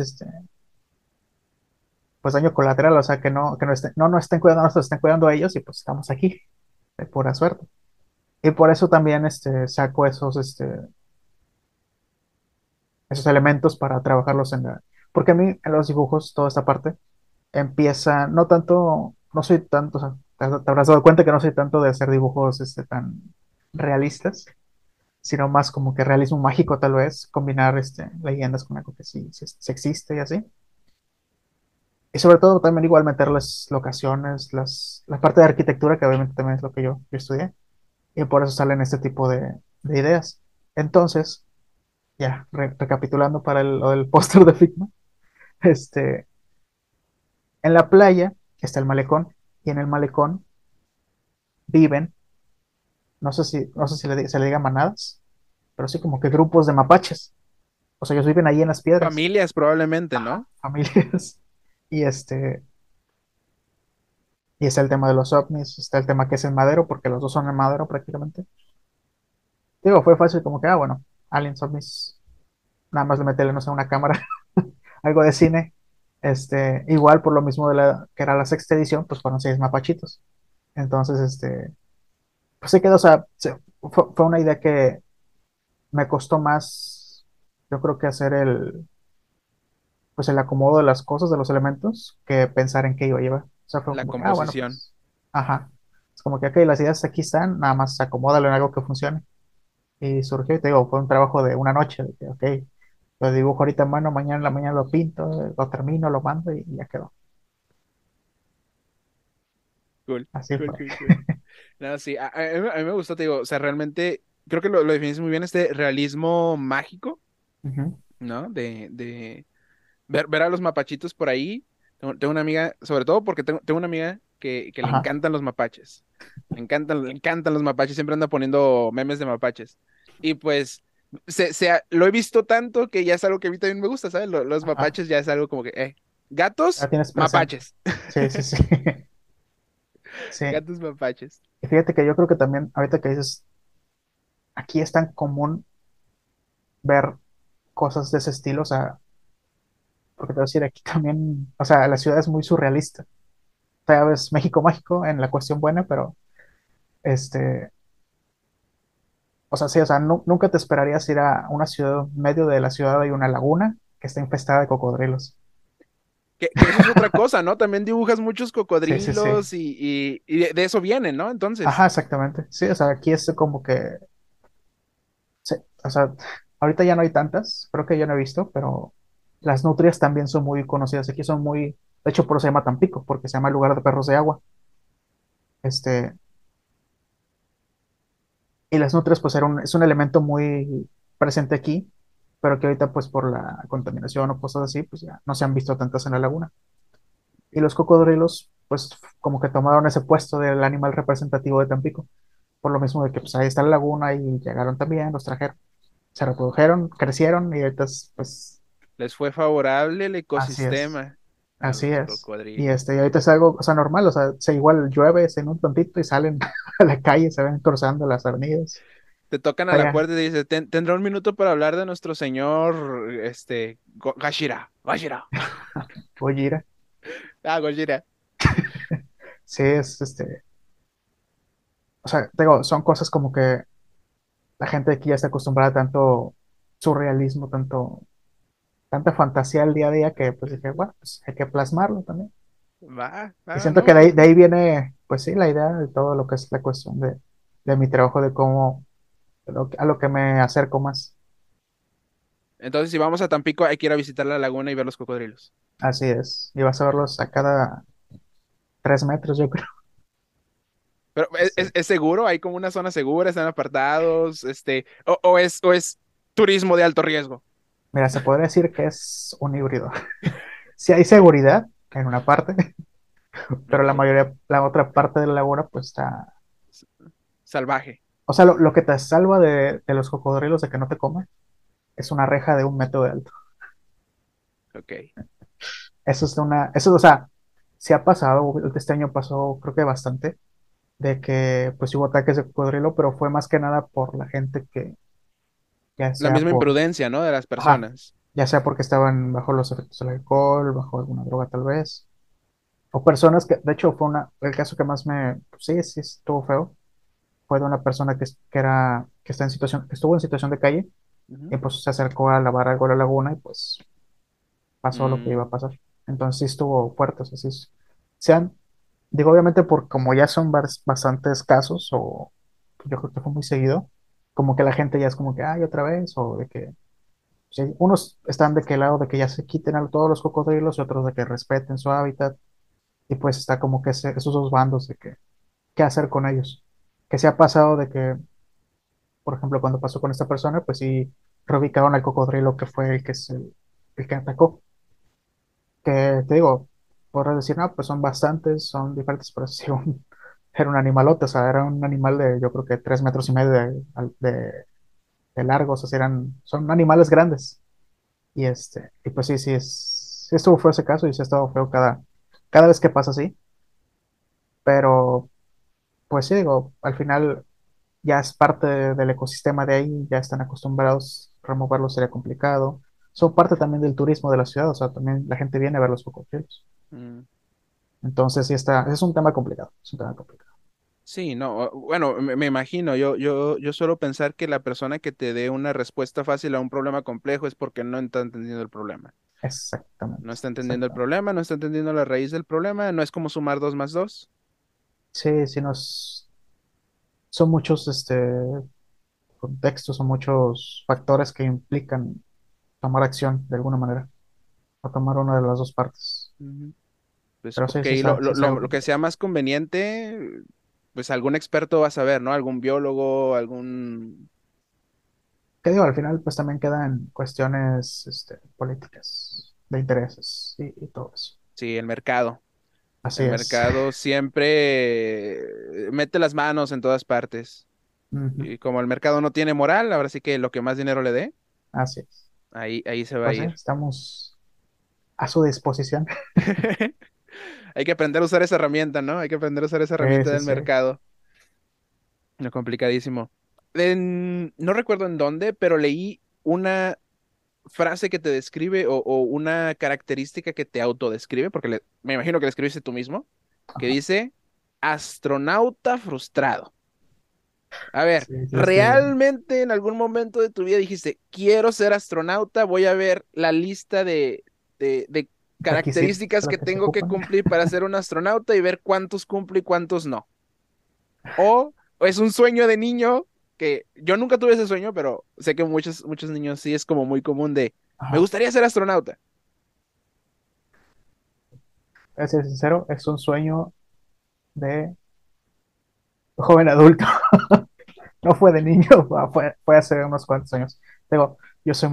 pues daño colateral, o sea, que no nos estén cuidando, nosotros estén cuidando a ellos y pues estamos aquí, de pura suerte. Y por eso también saco esos elementos para trabajarlos porque a mí en los dibujos, toda esta parte, empieza, no tanto, no soy tanto, o sea, te habrás dado cuenta que no soy tanto de hacer dibujos tan realistas, sino más como que realismo mágico tal vez, combinar leyendas con algo que sí existe y así. Y sobre todo también igual meter las locaciones, la parte de arquitectura, que obviamente también es lo que yo estudié, y por eso salen este tipo de ideas. Entonces, ya, recapitulando para lo del póster de Figma, este, en la playa está el malecón, y en el malecón viven, no sé si se le diga manadas, pero sí como que grupos de mapaches. O sea, ellos viven ahí en las piedras, Familias probablemente, ¿no? familias. Y y está el tema de los ovnis, está el tema que es en madero, porque los dos son en madero prácticamente. Digo, fue fácil como que, bueno, aliens, ovnis, nada más le meterle, no sé, una cámara, algo de cine. Igual por lo mismo que era la sexta edición, pues fueron seis mapachitos. Entonces, pues se quedó, o sea, fue una idea me costó más, yo creo que hacer pues el acomodo de las cosas, de los elementos, que pensar en qué iba a llevar. O sea, fue la como que, ah, bueno, composición. pues, ajá. Es como que, ok, las ideas aquí están, nada más acomódalo en algo que funcione. Y surgió, y te digo, fue un trabajo de una noche, de que, ok, lo dibujo ahorita en mano, mañana en la mañana lo pinto, lo termino, lo mando y ya quedó. Cool, Así cool, fue. cool, cool. No, sí, a mí me gustó, te digo, o sea, realmente creo que lo definiste muy bien, este realismo mágico, Ujú. ¿no? De ver a los mapachitos por ahí. Tengo una amiga, sobre todo porque tengo una amiga que le Ajá. encantan los mapaches. Le encantan los mapaches, siempre anda poniendo memes de mapaches. Y pues lo he visto tanto que ya es algo que a mí también me gusta, ¿sabes? Los Ajá. mapaches ya es algo como que, La gatos, tienes presente. mapaches. Sí, sí, sí. Sí. Gatos, mapaches. Y fíjate que yo creo que también, ahorita que dices, aquí es tan común ver cosas de ese estilo, o sea, porque te voy a decir, aquí también, o sea, la ciudad es muy surrealista. O sea, ves México mágico en la cuestión buena, pero este, o sea, sí, o sea, nunca te esperarías ir a una ciudad, en medio de la ciudad hay una laguna que está infestada de cocodrilos. Que eso es otra cosa, ¿no? También dibujas muchos Sí, sí, sí. cocodrilos y de eso vienen, ¿no? Ajá, Entonces, exactamente. Sí, o sea, aquí es como que, sí, o sea, ahorita ya no hay tantas, creo que yo no he visto, pero las nutrias también son muy conocidas. Aquí son muy, de hecho, por eso se llama Tampico, porque se llama el lugar de perros de agua. Este, y las nutrias, pues, es un elemento muy presente aquí, pero que ahorita, pues, por la contaminación o cosas así, pues ya no se han visto tantas en la laguna. Y los cocodrilos, pues, como que tomaron ese puesto del animal representativo de Tampico, por lo mismo de que, pues, ahí está la laguna y llegaron también, los trajeron, se reprodujeron, crecieron y ahorita, pues, les fue favorable el así es, ecosistema a así los es. Y cocodrilos. y ahorita es algo, o sea, normal, o sea, se igual llueve, se en un tontito y salen a la calle, se ven cruzando las avenidas. Te tocan a la Allá, puerta y te dicen, ¿Tendrá un minuto para hablar de nuestro señor, Gashira? Gashira. Gojira. Ah, Gojira. Sí, o sea, digo, son cosas como que la gente aquí ya está acostumbrada a tanto surrealismo, tanta fantasía al día a día que pues dije, bueno, pues hay que plasmarlo también. Y siento que No, de ahí viene, pues sí, la idea de todo lo que es la cuestión de mi trabajo, de cómo, a lo que me acerco más. entonces, si vamos a Tampico, hay que ir a visitar la laguna y ver los cocodrilos. Así es. Y vas a verlos a cada 3 metros, yo creo. Pero Sí. es seguro? ¿Hay como una zona segura? ¿Están apartados? O es turismo de alto riesgo? Mira, se podría decir que es un híbrido. Sí hay seguridad en una parte, pero Ok. la otra parte de la laguna, pues está. S- Salvaje. O sea, lo que te salva de los cocodrilos de que no te coman es una reja de 1 metro de alto. Ok. O sea, sí ha pasado, este año pasó creo que bastante, de que pues hubo ataques de cocodrilo, pero fue más que nada por la gente que, ya La sea misma por, imprudencia, ¿no? De las ajá, personas. ya sea porque estaban bajo los efectos del alcohol, bajo alguna droga tal vez, o personas que, de hecho, el caso que más pues, sí, sí estuvo feo, fue de una persona que estuvo en situación de calle, Ujú. y pues se acercó a lavar algo a la laguna y pues pasó lo que iba a Mm, pasar. Entonces sí estuvo fuerte, o sea, se han, digo, obviamente por como ya son bastantes casos, o yo creo que fue muy seguido, como que la gente ya es como que, ay, otra vez, o de que, sí, unos están de que lado de que ya se quiten a todos los cocodrilos y otros de que respeten su hábitat, y pues está como que esos dos bandos de que, qué hacer con ellos. Que se ha pasado de que, por ejemplo, cuando pasó con esta persona, pues sí, reubicaron al cocodrilo que fue el que atacó. Que te digo, podrás decir, no, pues son bastantes, son diferentes, pero sí, era un animalote, o sea, era un animal de, yo creo que 3 metros y medio de largo, o sea, sí son animales grandes. Y pues sí, sí estuvo feo ese caso y sí ha estado feo cada vez que pasa así, pero pues sí, digo, al final ya es parte del ecosistema de ahí, ya están acostumbrados, removerlo sería complicado. Son parte también del turismo de la ciudad, o sea, también la gente viene a ver los cocodrilos. mm. Entonces sí está, es un tema complicado, es un tema complicado. Sí, no, bueno, me imagino, yo suelo pensar que la persona que te dé una respuesta fácil a un problema complejo es porque no está entendiendo el problema. No Exactamente, está entendiendo el exactamente. problema, no está entendiendo la raíz del problema, no es como sumar dos más dos. Sí, sí, son muchos contextos, son muchos factores que implican tomar acción de alguna manera, o tomar una de las dos partes. Ujú. Pues, Pero sí, ok, sí es algo lo que sea complejo. más conveniente, pues algún experto va a saber, ¿no? Algún biólogo, algún... Que digo, al final pues también quedan cuestiones políticas, de intereses y todo eso. Sí, el mercado. Así El es. mercado siempre mete las manos en todas partes. Ujú. Y como el mercado no tiene moral, ahora sí que lo que más dinero le dé, Así es. ahí se va a Pues sí, ir. estamos a su disposición. Hay que aprender a usar esa herramienta, ¿no? Hay que aprender a usar esa Sí, herramienta sí, del sí. mercado. No, complicadísimo. No recuerdo en dónde, pero leí una frase que te describe o una característica que te autodescribe, porque me imagino que la escribiste tú mismo, que Ajá. dice astronauta frustrado. A ver, Sí, sí, ¿realmente en algún momento de tu vida dijiste, quiero ser astronauta, voy a ver la lista de requisitos características lo que que se tengo que ocupan. cumplir para ser un astronauta y ver cuántos cumplo y cuántos no? O es un sueño de niño que yo nunca tuve ese sueño, pero sé que muchos niños sí es como muy común de, me Ajá. gustaría ser astronauta. Para ser sincero, es un sueño de joven adulto. No fue de niño, fue hace unos cuantos años. Digo, yo soy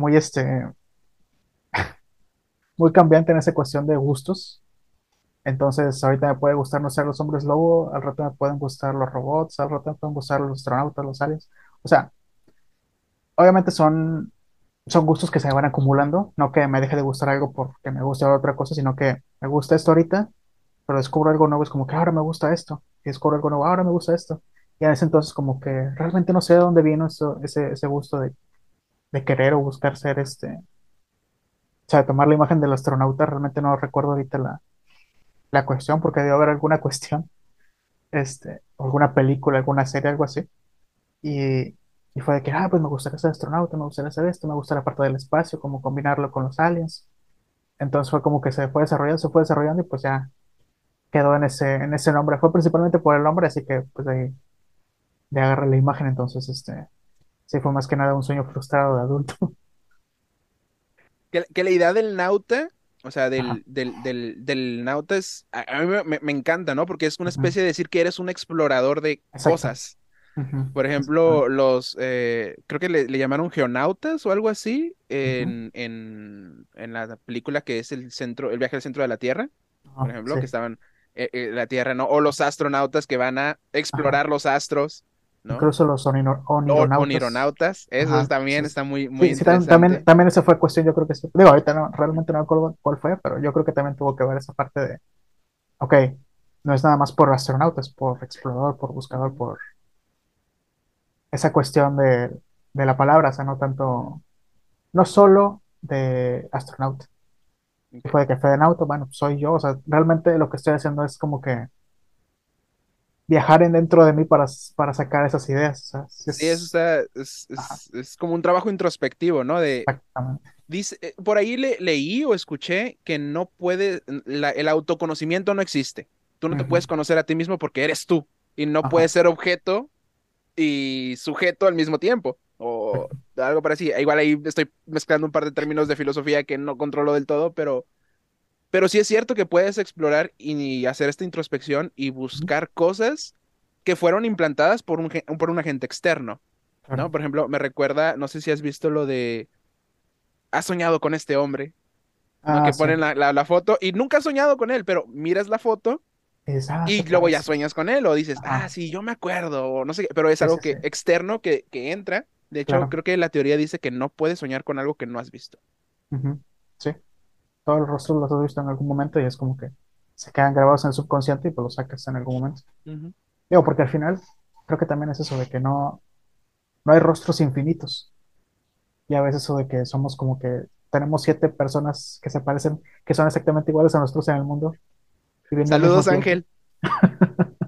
muy cambiante en esa cuestión de gustos. Entonces, ahorita me puede gustar, no sé, los hombres lobo, al rato me pueden gustar los robots, al rato me pueden gustar los astronautas, los aliens. O sea, obviamente son gustos que se van acumulando, no que me deje de gustar algo porque me guste otra cosa, sino que me gusta esto ahorita, pero descubro algo nuevo, es como que ahora me gusta esto, y descubro algo nuevo, ahora me gusta esto. Y a ese entonces como que realmente no sé de dónde vino ese gusto de querer o buscar ser o sea, tomar la imagen del astronauta, realmente no recuerdo ahorita la cuestión, porque debe haber alguna cuestión, alguna película, alguna serie, algo así. Y, y fue de que, pues me gustaría ser astronauta, me gustaría hacer esto, me gusta la parte del espacio, como combinarlo con los aliens. Entonces fue como que se fue desarrollando y pues ya quedó en ese nombre. Fue principalmente por el nombre, así que pues de agarré la imagen. Entonces, sí fue más que nada un sueño frustrado de adulto. Que la idea del nauta, o sea, Ajá. del nauta a mí me encanta, ¿no? Porque es una Ujú. especie de decir que eres un explorador de Exacto. cosas. Ujú. Por ejemplo, Exactamente. creo que le llamaron geonautas o algo así Ujú. en la película que es el viaje al centro de la Tierra, por Ajá, ejemplo, sí. que estaban la Tierra, ¿no? O los astronautas que van a Ajá. explorar los astros, ¿no? Incluso los O onironautas. onironautas, eso Ajá. también está muy Sí, sí, también, interesante. también esa fue cuestión, yo creo que sí. Digo, ahorita no, realmente no me acuerdo cuál fue, pero yo creo que también tuvo que ver esa parte de, ok, no es nada más por astronauta, es por explorador, por buscador, Ujú, por esa cuestión de la palabra, o sea, no ujú, tanto, no solo de astronauta. Si ok. fue de que fue de nauta, bueno, soy yo, o sea, realmente lo que estoy haciendo es como que viajar en dentro de mí para sacar esas ideas, o sea, Sí, eso ajá, es como un trabajo introspectivo, ¿no? exactamente. Dice, por ahí leí o escuché que no puede, el autoconocimiento no existe. Tú no te Ujú. puedes conocer a ti mismo porque eres tú y no Ajá, puedes ser objeto y sujeto al mismo tiempo o algo parecido. Igual ahí estoy mezclando un par de términos de filosofía que no controlo del todo, pero sí es cierto que puedes explorar y hacer esta introspección y ujú, buscar cosas que fueron implantadas por un agente externo, ¿no? claro. Por ejemplo, me recuerda, no sé si has visto lo de, has soñado con este hombre, ¿no? Ah, Que sí. ponen la foto y nunca has soñado con él, pero miras la foto Sé y cuál luego ya es. sueñas con él o dices, ah, Ajá, sí, yo me acuerdo, o no sé qué, pero es sí, algo sí, sí, que externo que entra. De hecho, claro. creo que la teoría dice que no puedes soñar con algo que no has visto. Ujú, sí, todos los rostros los has visto en algún momento y es como que se quedan grabados en el subconsciente y pues los sacas en algún momento. Ujú. Digo, porque al final creo que también es eso de que no hay rostros infinitos. Y a veces eso de que somos como que tenemos 7 personas que se parecen, que son exactamente iguales a nosotros en el mundo, viviendo al mismo Saludos, tiempo. Ángel.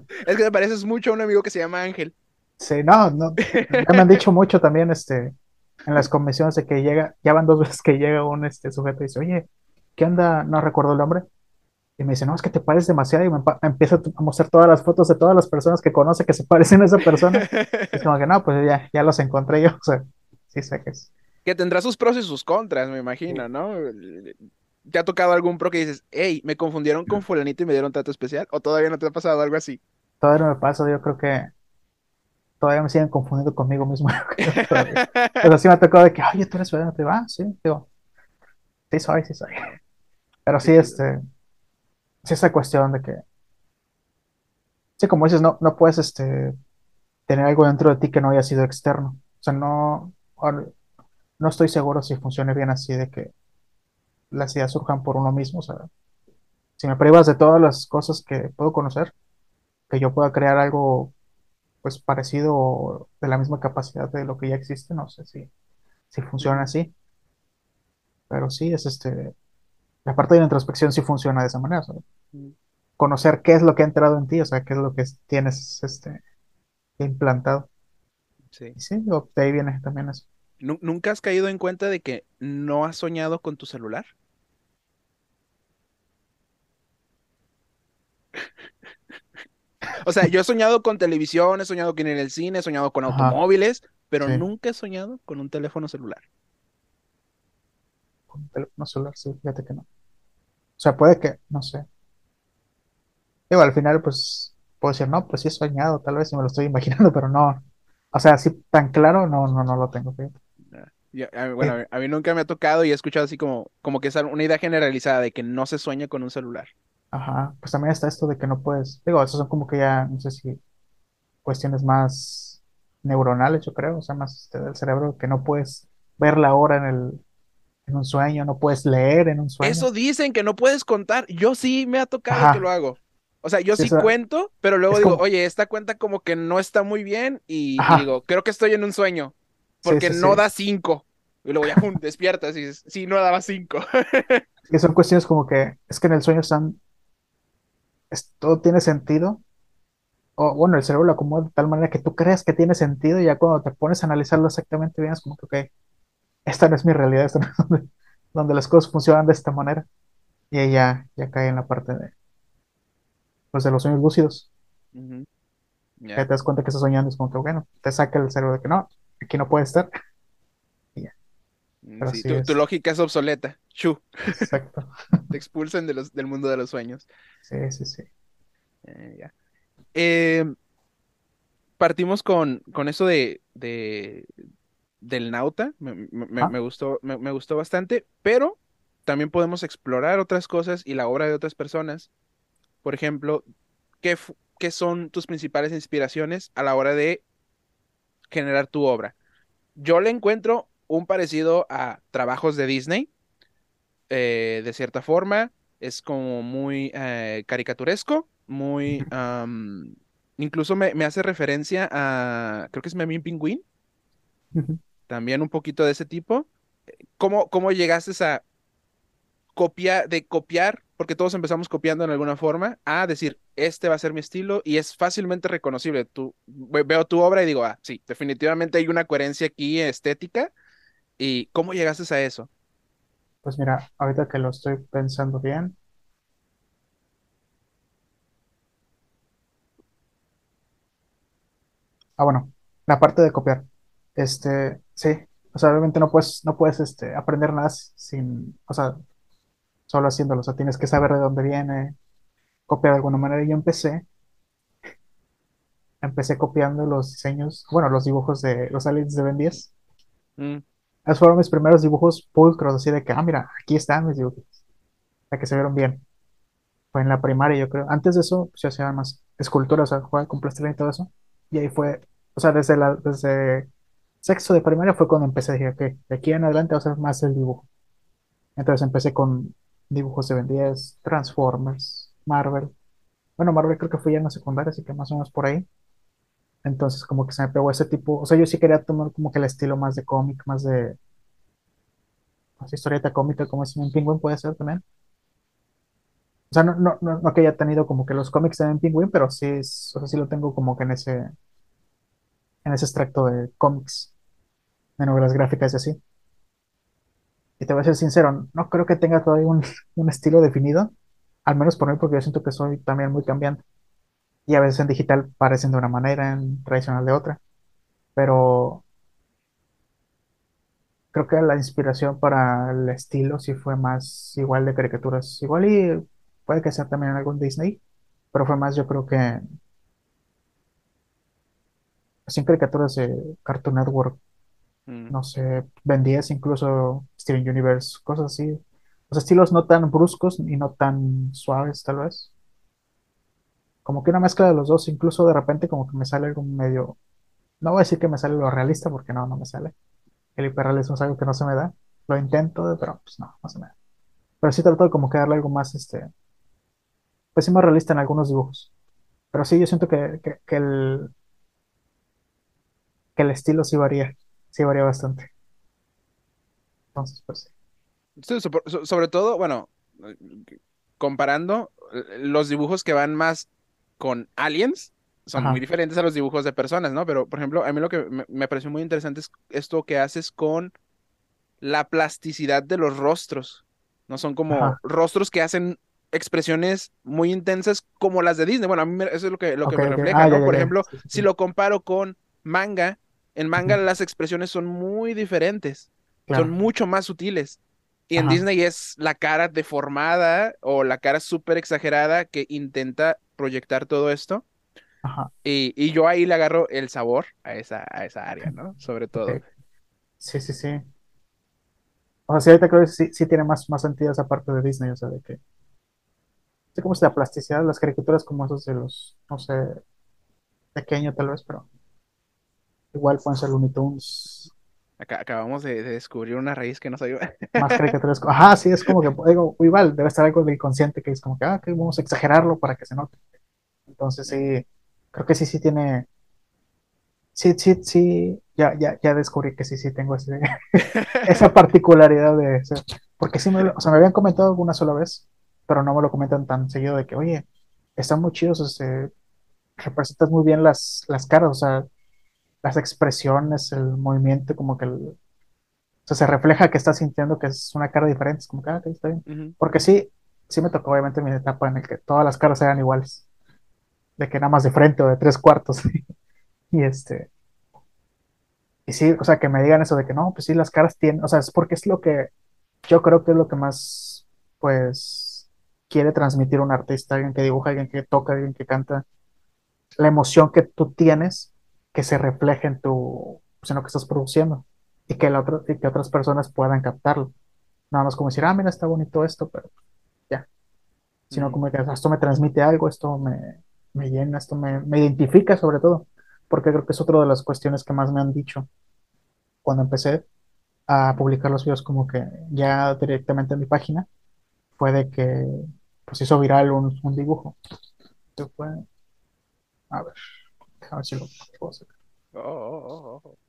Es que te pareces mucho a un amigo que se llama Ángel. Sí, no, no, ya me han dicho mucho también, en las convenciones de que llega, ya van 2 veces que llega un, sujeto y dice, oye, ¿qué onda? No recuerdo el nombre. Y me dice, no, es que te pareces demasiado. Y me empieza a mostrar todas las fotos de todas las personas que conoce que se parecen a esa persona. Y es como que, no, pues ya los encontré yo. O sea, sí sé que es. Que tendrá sus pros y sus contras, me imagino, Sí. ¿no? ¿Te ha tocado algún pro que dices, hey, me confundieron con fulanito y me dieron trato especial? ¿O todavía no te ha pasado algo así? Todavía no me pasa, yo creo que todavía me siguen confundiendo conmigo mismo, yo creo, pero sí me ha tocado de que, oye, tú eres bueno, te va, sí, digo, sí soy. Pero Qué sí, chido. sí esa cuestión de que, sí, como dices, no puedes, tener algo dentro de ti que no haya sido externo. O sea, no estoy seguro si funcione bien así de que las ideas surjan por uno mismo. O sea, si me privas de todas las cosas que puedo conocer, que yo pueda crear algo pues parecido o de la misma capacidad de lo que ya existe, no sé si funciona Ujú, así, pero sí es la parte de la introspección sí funciona de esa manera, o sea, ujú. conocer qué es lo que ha entrado en ti, o sea, qué es lo que tienes implantado. Sí. Y sí, digo, de ahí viene también eso. ¿Nunca has caído en cuenta de que no has soñado con tu celular? O sea, yo he soñado con televisión, he soñado con ir al cine, he soñado con Ajá, automóviles, pero sí, nunca he soñado con un teléfono celular. con teléfono celular, sí, fíjate que no. O sea, puede que, no sé. Digo, al final, pues, puedo decir, no, pues sí he soñado, tal vez si me lo estoy imaginando, pero no. O sea, así tan claro, no lo tengo, fíjate. Ah, bueno, Sí, a mí nunca me ha tocado y he escuchado así como que es una idea generalizada de que no se sueña con un celular. ajá, pues también está esto de que no puedes, digo, esos son como que ya, no sé si cuestiones más neuronales, yo creo, o sea, más del cerebro, que no puedes ver la hora en un sueño, no puedes leer en un sueño. Eso dicen que no puedes contar. Yo sí me ha tocado que lo Ajá, hago. O sea, yo sí, o sí sea, cuento, pero luego es digo, como, oye, esta cuenta como que no está muy bien y ajá, digo, creo que estoy en un sueño, sí, porque sí, no sí. da 5. Y luego ya, pum, despiertas y dices, sí, no daba 5. Que son cuestiones como que, es que en el sueño todo tiene sentido, o bueno, el cerebro lo acomoda de tal manera que tú creas que tiene sentido y ya cuando te pones a analizarlo exactamente bien es como que, ok, esta no es mi realidad, esta no es donde las cosas funcionan de esta manera. Y ahí ya cae en la parte pues, de los sueños lúcidos. Ujú, Ya ya. te das cuenta que estás soñando, es como que, bueno, te saca el cerebro de que no, aquí no puede estar. Y ya, pero Sí, sí tu es, lógica es obsoleta. Chu, exacto. te expulsan del mundo de los sueños. Sí, sí, sí. Ya. Eh, Partimos con eso del Nauta, Ajá. me gustó, me gustó bastante, pero también podemos explorar otras cosas y la obra de otras personas. Por ejemplo, ¿qué son tus principales inspiraciones a la hora de generar tu obra? Yo le encuentro un parecido a trabajos de Disney, de cierta forma, es como muy caricaturesco, muy... incluso me hace referencia a, creo que es Memín Pingüín, Ujú. también un poquito de ese tipo. ¿Cómo llegaste a copiar, porque todos empezamos copiando en alguna forma, a decir, este va a ser mi estilo y es fácilmente reconocible? Veo tu obra y digo, ah, sí, definitivamente hay una coherencia aquí estética. ¿Y cómo llegaste a eso? Pues mira, ahorita que lo estoy pensando bien, bueno, la parte de copiar, sí, o sea, obviamente no puedes, aprender nada sin, o sea, solo haciéndolo, o sea, tienes que saber de dónde viene, copiar de alguna manera. Y yo empecé copiando los diseños, bueno, los dibujos de los aliens de Ben 10. Mm, Esos fueron mis primeros dibujos pulcros, así de que, mira, aquí están mis dibujos, para que se vieron bien. Fue en la primaria, yo creo. Antes de eso, pues, se hacían más esculturas, o sea, jugaba con plastilina y todo eso. Y ahí fue, o sea, desde sexto de primaria fue cuando empecé, dije, ok, de aquí en adelante va a ser más el dibujo. Entonces empecé con dibujos de Ben 10, Transformers, Marvel. Bueno, Marvel creo que fue ya en la secundaria, así que más o menos por ahí. Entonces como que se me pegó ese tipo, o sea, yo sí quería tomar como que el estilo más de cómic, más de historieta cómica, como es un Penguin puede ser también. O sea, no que haya tenido como que los cómics de Penguin, pero sí, o sea, sí lo tengo como que en ese extracto de cómics, de novelas gráficas y así. Y te voy a ser sincero, no creo que tenga todavía un estilo definido, al menos por mí, porque yo siento que soy también muy cambiante. Y a veces en digital parecen de una manera, en tradicional de otra. Pero creo que la inspiración para el estilo sí fue más igual de caricaturas. Igual y puede que sea también en algún Disney, pero fue más yo creo que así en caricaturas de Cartoon Network, Mm. no sé, Ben 10, incluso Steven Universe, cosas así. Los estilos no tan bruscos y no tan suaves, tal vez. Como que una mezcla de los dos, incluso de repente como que me sale algo medio, no voy a decir que me sale lo realista porque no me sale. El hiperrealismo es algo que no se me da. Lo intento, pero pues no se me da. Pero sí trato de como que darle algo más, pues sí más realista en algunos dibujos. Pero sí, yo siento que el estilo sí varía bastante. Entonces, pues sí. Sí, sobre todo, bueno, eh, comparando los dibujos que van más con aliens, son muy Ajá, diferentes a los dibujos de personas, ¿no? Pero, por ejemplo, a mí lo que me pareció muy interesante es esto que haces con la plasticidad de los rostros. No son como ajá, rostros que hacen expresiones muy intensas como las de Disney. Bueno, a mí eso es lo que ok, me ok. refleja, Ah, ya, ¿no? ya, Por ya. ejemplo, Sí, sí, si sí. lo comparo con manga, en Ujú, manga las expresiones son muy diferentes, son claro. mucho más sutiles. Y en Ajá, Disney es la cara deformada o la cara súper exagerada que intenta proyectar todo esto. ajá. Y yo ahí le agarro el sabor a esa área, ¿no? Sobre Ok. todo. Sí, sí, sí. O sea, sí, ahorita creo que sí tiene más sentido esa parte de Disney, o sea, de que, sí, como es la plasticidad de las caricaturas como esos de los, no sé, pequeño tal vez, pero igual pueden ser Looney Tunes, Acabamos de descubrir una raíz que no sabía. más caricaturas. Ajá, sí, es como que, digo, igual, debe estar algo del inconsciente que es como que vamos a exagerarlo para que se note. Entonces sí, creo que sí tiene, sí, ya descubrí que sí tengo esa particularidad de eso. Porque sí o sea, me habían comentado alguna sola vez, pero no me lo comentan tan seguido de que, oye, están muy chidos, representas muy bien las caras, o sea, las expresiones, el movimiento, como que o sea, se refleja que estás sintiendo que es una cara diferente, es como que, ok, está bien. Ujú, Porque sí me tocó obviamente mi etapa en el que todas las caras eran iguales, de que nada más de frente o de tres cuartos. Y y sí, o sea, que me digan eso de que no, pues sí, las caras tienen, o sea, es porque es lo que yo creo que es lo que más, pues, quiere transmitir un artista, alguien que dibuja, alguien que toca, alguien que canta, la emoción que tú tienes que se refleje en pues, en lo que estás produciendo y que, y que otras personas puedan captarlo. Nada más como decir, ah, mira, está bonito esto, pero ya, sino ujú, como que esto me transmite algo, me llena, me identifica sobre todo, porque creo que es otra de las cuestiones que más me han dicho cuando empecé a publicar los videos como que ya directamente en mi página, fue de que pues hizo viral un dibujo. Que fue, a a ver si lo puedo sacar. oh, oh, oh, oh.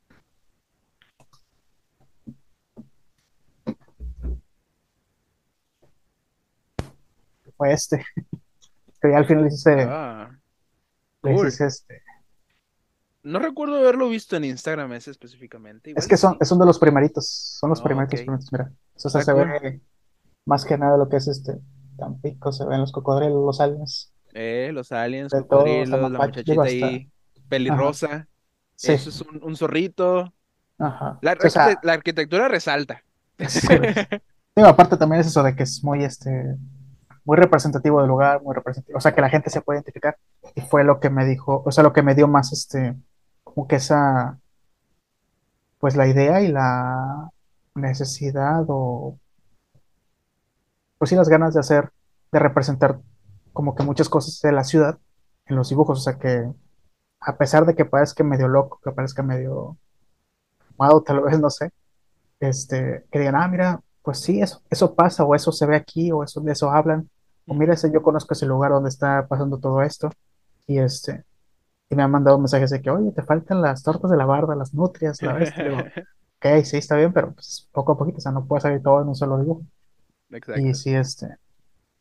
Fue que ya al final Ah, les cool. hice No recuerdo haberlo visto en Instagram ese específicamente. es Igual y que sí. son de los primeritos, son los Oh, ok. primeritos, mira. Eso Está se cool. ve más que nada lo que es Tampico, se ven los cocodrilos, los aliens, Los aliens, de todo, hasta cocodrilos, la mapache, digo muchachita hasta, ahí, ajá, pelirrosa. sí, Eso es un zorrito. ajá. Sí, o sea, La arquitectura resalta. sí, digo, aparte también es eso de que es muy, muy representativo del lugar, muy representativo, o sea, que la gente se puede identificar. Y fue lo que me dijo, o sea, lo que me dio más, como que pues la idea y la necesidad o, pues sí, las ganas de hacer, de representar como que muchas cosas de la ciudad en los dibujos, o sea, que a pesar de que parezca medio loco, que parezca medio malo, tal vez, no sé, que digan, ah, mira, pues sí, eso pasa, o eso se ve aquí, o eso de eso hablan, o mira, Ujú. ese, yo conozco ese lugar donde está pasando todo esto, y y me han mandado mensajes de que, oye, te faltan las tortas de la barda, las nutrias, la bestia, le digo, ok, sí, está bien, pero pues poco a poquito, o sea, no puede salir todo en un solo dibujo, y Exacto. sí,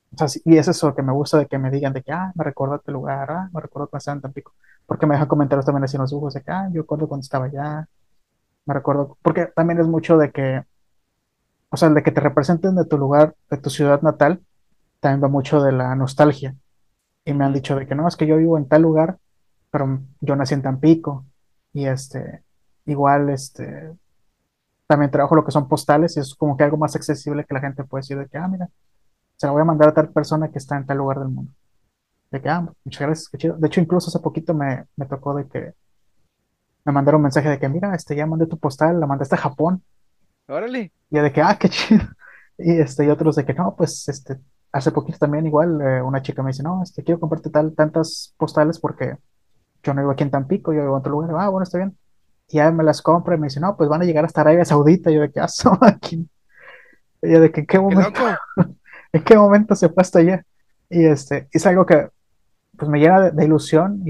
O sea, y es eso que me gusta de que me digan de que, me recuerdo este lugar, me recuerdo cuando estaba en Tampico. Porque me dejan comentarios también así en los dibujos de que, yo recuerdo cuando estaba allá, me recuerdo, porque también es mucho de que, o sea, de que te representen de tu lugar, de tu ciudad natal, también va mucho de la nostalgia. Y me han Ujú. dicho de que no, es que yo vivo en tal lugar, pero yo nací en Tampico. Y igual, también trabajo lo que son postales y es como que algo más accesible que la gente puede decir de que, mira, se la voy a mandar a tal persona que está en tal lugar del mundo. De que, muchas gracias, qué chido. De hecho, incluso hace poquito me tocó de que me mandaron un mensaje de que, mira, ya mandé tu postal, la mandaste a Japón. Órale. Y yo de que, qué chido. Y otros de que, no, pues, hace poquito también igual una chica me dice, no, quiero comprarte tantas postales porque yo no vivo aquí en Tampico, yo vivo en otro lugar. Bueno, está bien. Y ya me las compra y me dice, no, pues van a llegar hasta Arabia Saudita. Y yo de que, aquí. Y yo de que, Qué loco. ¿en qué momento se fue hasta allá? Y es algo que, pues, me llena de ilusión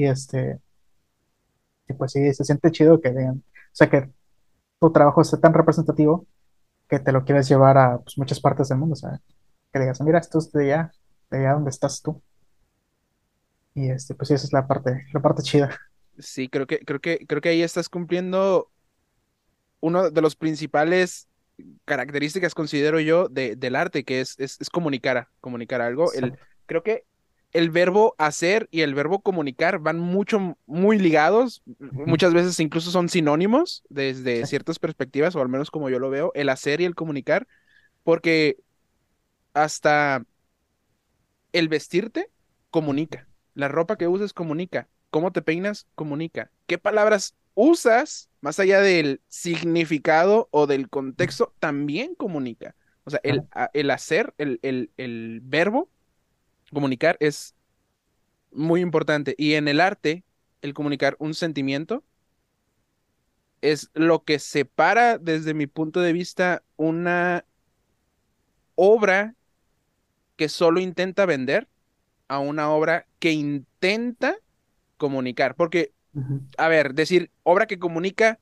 y pues sí, se siente chido que digan, o sea, que tu trabajo esté tan representativo que te lo quieres llevar a pues, muchas partes del mundo, o sea, que digas, mira, esto es de allá donde estás tú. Y pues sí, esa es la parte chida. Sí, creo que ahí estás cumpliendo uno de los principales características, considero yo, del arte, que es comunicar algo. Exacto. Creo que el verbo hacer y el verbo comunicar van muy ligados. Ujú. Muchas veces incluso son sinónimos desde Sí. ciertas perspectivas, o al menos como yo lo veo, el hacer y el comunicar, porque hasta el vestirte comunica. La ropa que usas comunica. Cómo te peinas comunica. ¿Qué palabras usas más allá del significado o del Ujú. contexto también comunica? O sea, Claro. el hacer, el verbo comunicar es muy importante. Y en el arte, el comunicar un sentimiento es lo que separa, desde mi punto de vista, una obra que solo intenta vender a una obra que intenta comunicar. Porque, Ujú. a ver, decir obra que comunica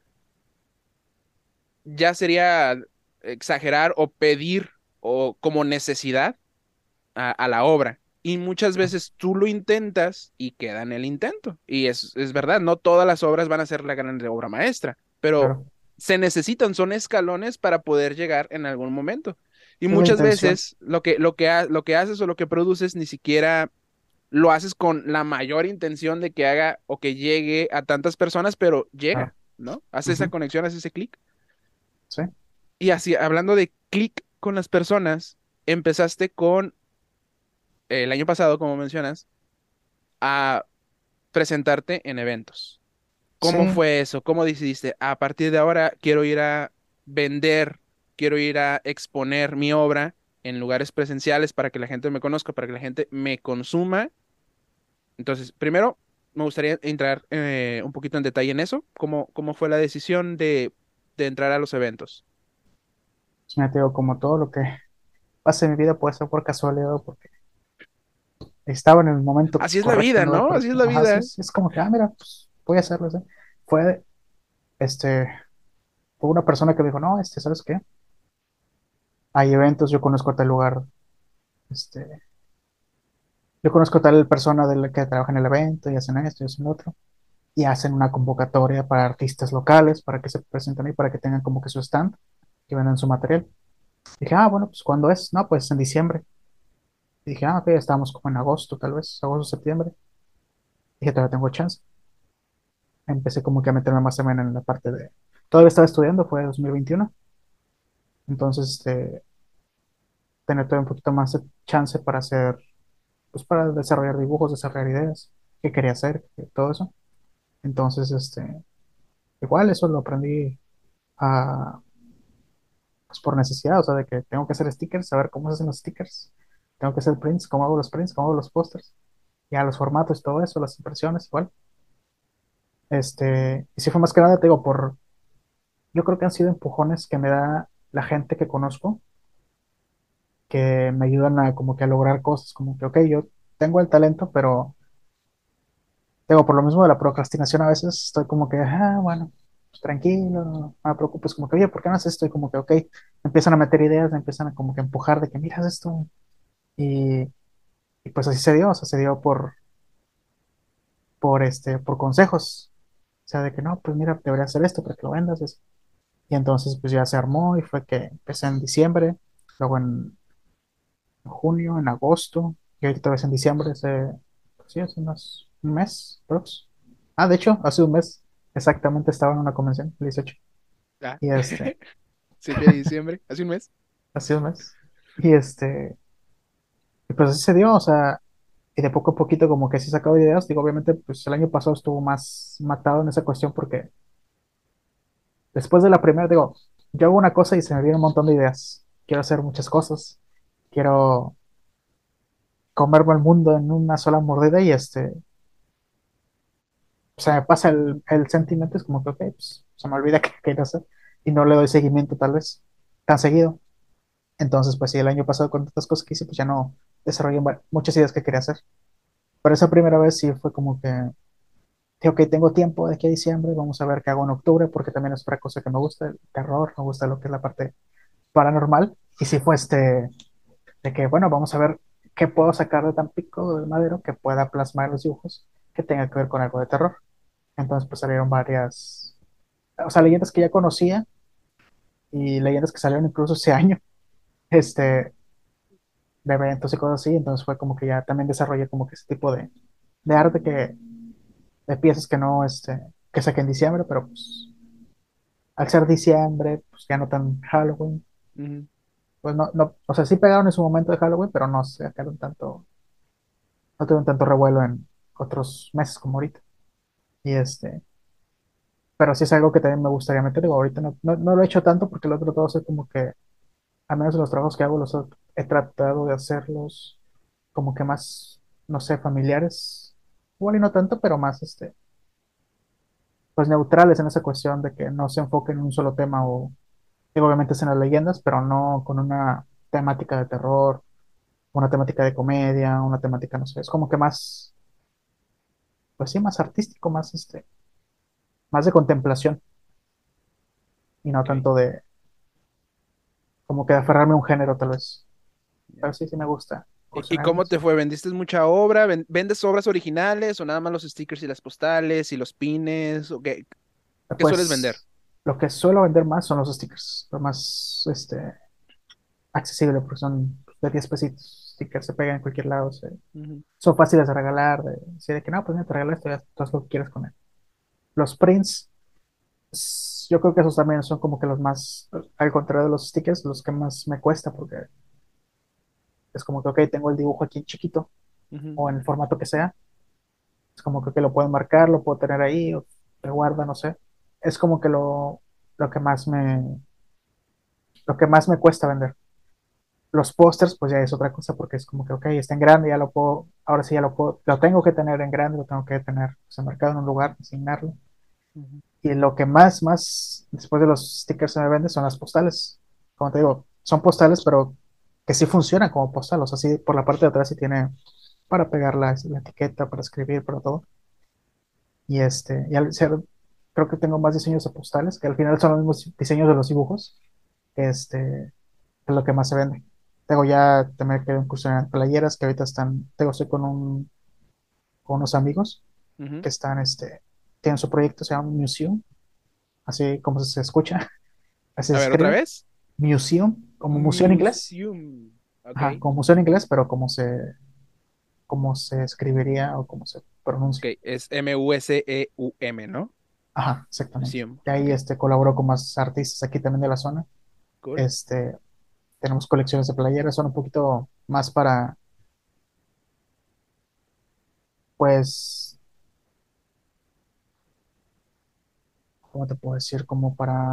ya sería exagerar o pedir o como necesidad a la obra. Y muchas Sí, veces tú lo intentas y queda en el intento. Y es verdad, no todas las obras van a ser la gran obra maestra, pero claro. se necesitan, son escalones para poder llegar en algún momento. Y Sí, es la muchas intención. veces lo que haces o lo que produces ni siquiera lo haces con la mayor intención de que haga o que llegue a tantas personas, pero Claro. llega, ¿no? Hace esa Ujú. conexión, hace ese clic. Sí, Y así, hablando de clic con las personas, empezaste con, el año pasado, como mencionas, a presentarte en eventos. ¿Cómo sí, fue eso? ¿Cómo decidiste? A partir de ahora quiero ir a vender, quiero ir a exponer mi obra en lugares presenciales para que la gente me conozca, para que la gente me consuma. Entonces, primero, me gustaría entrar un poquito en detalle en eso. ¿Cómo fue la decisión de entrar a los eventos? sí, me digo, como todo lo que pasa en mi vida puede ser por casualidad o porque estaba en el momento Así es la correcto, en vida, el lugar ¿no? Así es correcto. la Ajá, sí, vida. es como que, mira, pues voy a hacerlo, ¿sí? Fue, este, fue una persona que me dijo, no, ¿sabes qué? Hay eventos, yo conozco a tal lugar, este, yo conozco a tal persona de la que trabaja en el evento y hacen esto y hacen lo otro. Y hacen una convocatoria para artistas locales, para que se presenten ahí, para que tengan como que su stand, que vendan su material. Dije, bueno, pues ¿cuándo es? No, pues en diciembre. Dije, ok, estamos como en agosto, tal vez, agosto, septiembre. Dije, todavía tengo chance. Empecé como que a meterme más o menos en la parte de... Todavía estaba estudiando, fue 2021. Entonces, tener todavía un poquito más de chance para hacer, pues para desarrollar dibujos, desarrollar ideas, qué quería hacer, todo eso. Entonces, igual eso lo aprendí a, pues por necesidad, o sea, de que tengo que hacer stickers, saber cómo se hacen los stickers. Tengo que hacer prints, cómo hago los prints, cómo hago los pósters. Ya los formatos y todo eso, las impresiones, igual. Y si fue más que nada, te digo, yo creo que han sido empujones que me da la gente que conozco, que me ayudan a como que a lograr cosas, como que, ok, yo tengo el talento, pero tengo por lo mismo de la procrastinación a veces, estoy como que, bueno, pues tranquilo, no me preocupes, como que, oye, ¿por qué no haces esto? Y como que, ok, me empiezan a meter ideas, me empiezan a como que empujar de que miras esto. y pues así se dio, o sea, se dio por consejos. O sea, de que no, pues mira, debería hacer esto para que lo vendas. Eso. Y entonces pues ya se armó y fue que empecé en diciembre, luego en junio, en agosto, y ahorita ves en diciembre, pues sí, hace unos un mes, prox. Ah, de hecho, hace un mes exactamente estaba en una convención, el 18. Ah, Y 7 de diciembre, hace un mes. hace un mes. Y y pues así se dio, o sea, y de poco a poquito como que sí sacaba ideas. Digo, obviamente, pues el año pasado estuvo más matado en esa cuestión porque después de la primera, digo, yo hago una cosa y se me viene un montón de ideas. Quiero hacer muchas cosas. Quiero comerme el mundo en una sola mordida y o sea, me pasa el sentimiento, es como que, ok, pues se me olvida que quiero hacer y no le doy seguimiento tal vez tan seguido. Entonces, pues sí, el año pasado con tantas cosas que hice, pues ya no desarrollé muchas ideas que quería hacer. Pero esa primera vez sí fue como que, dije, ok, tengo tiempo de aquí a diciembre, vamos a ver qué hago en octubre, porque también es otra cosa que me gusta, el terror, me gusta lo que es la parte paranormal. Y sí fue de que, bueno, vamos a ver qué puedo sacar de Tampico, de Madero, que pueda plasmar los dibujos que tenga que ver con algo de terror. Entonces, pues salieron varias, o sea, leyendas que ya conocía y leyendas que salieron incluso ese año, este, de eventos y cosas así. Entonces fue como que ya también desarrollé como que ese tipo de arte de piezas que no, que saqué en diciembre, pero pues al ser diciembre, pues ya no tan Halloween, Ujú, pues no, o sea, sí pegaron en su momento de Halloween, pero no sacaron tanto, no tuvieron tanto revuelo en otros meses como ahorita. Y pero sí es algo que también me gustaría meter. Digo, ahorita no lo he hecho tanto porque lo he tratado de hacer como que, al menos en los trabajos que hago, he tratado de hacerlos como que más, no sé, familiares. Igual y no tanto, pero más, pues neutrales en esa cuestión de que no se enfoquen en un solo tema o, digo, obviamente es en las leyendas, pero no con una temática de terror, una temática de comedia, una temática, no sé, es como que más, pues sí, más artístico, más, más de contemplación y no ok, tanto de, como que de aferrarme a un género tal vez. ya. Pero sí, sí me gusta ¿Y incursionar en cómo te eso. fue? ¿Vendiste mucha obra? ¿Vendes obras originales o nada más los stickers y las postales y los pines? ¿O qué sueles vender? Pues lo que suelo vender más son los stickers, lo más accesible, porque son de 10 pesitos. Stickers se pegan en cualquier lado, Ujú, son fáciles de regalar, de decir de que no, pues mira, te regalo esto, ya tú haz lo que quieras con él. Los prints, yo creo que esos también son como que los más, al contrario de los stickers, los que más me cuesta, porque es como que, ok, tengo el dibujo aquí chiquito, ujú, o en el formato que sea, es como que, ok, lo puedo marcar, lo puedo tener ahí, o se guarda, no sé. Es como que lo que más lo que más me cuesta vender. Los pósters, pues ya es otra cosa, porque es como que, ok, está en grande, ya lo puedo, ahora sí ya lo puedo, lo tengo que tener en grande, lo tengo que tener pues, enmarcado en un lugar, asignarlo. ujú. Y lo que más, después de los stickers se me vende son las postales. Como te digo, son postales, pero que sí funcionan como postal, o sea, sí, por la parte de atrás sí tiene para pegar la etiqueta, para escribir, para todo. Y al ser, creo que tengo más diseños de postales, que al final son los mismos diseños de los dibujos, es lo que más se vende. Tengo ya también que incursionar en playeras que ahorita estoy con unos amigos Ujú. que tienen su proyecto, se llama Museum, así como se escucha, así A se ver, ¿otra escribe, vez? Museum, como museo en inglés, Museum. Ok, ajá, como museo en inglés, pero como se escribiría o como se ok, pronuncia. es Museum, ¿no? Ajá, exactamente. Museum, Y ok, ahí colaboró con más artistas aquí también de la zona. cool. Este, tenemos colecciones de playeras, son un poquito más para, pues, ¿cómo te puedo decir? Como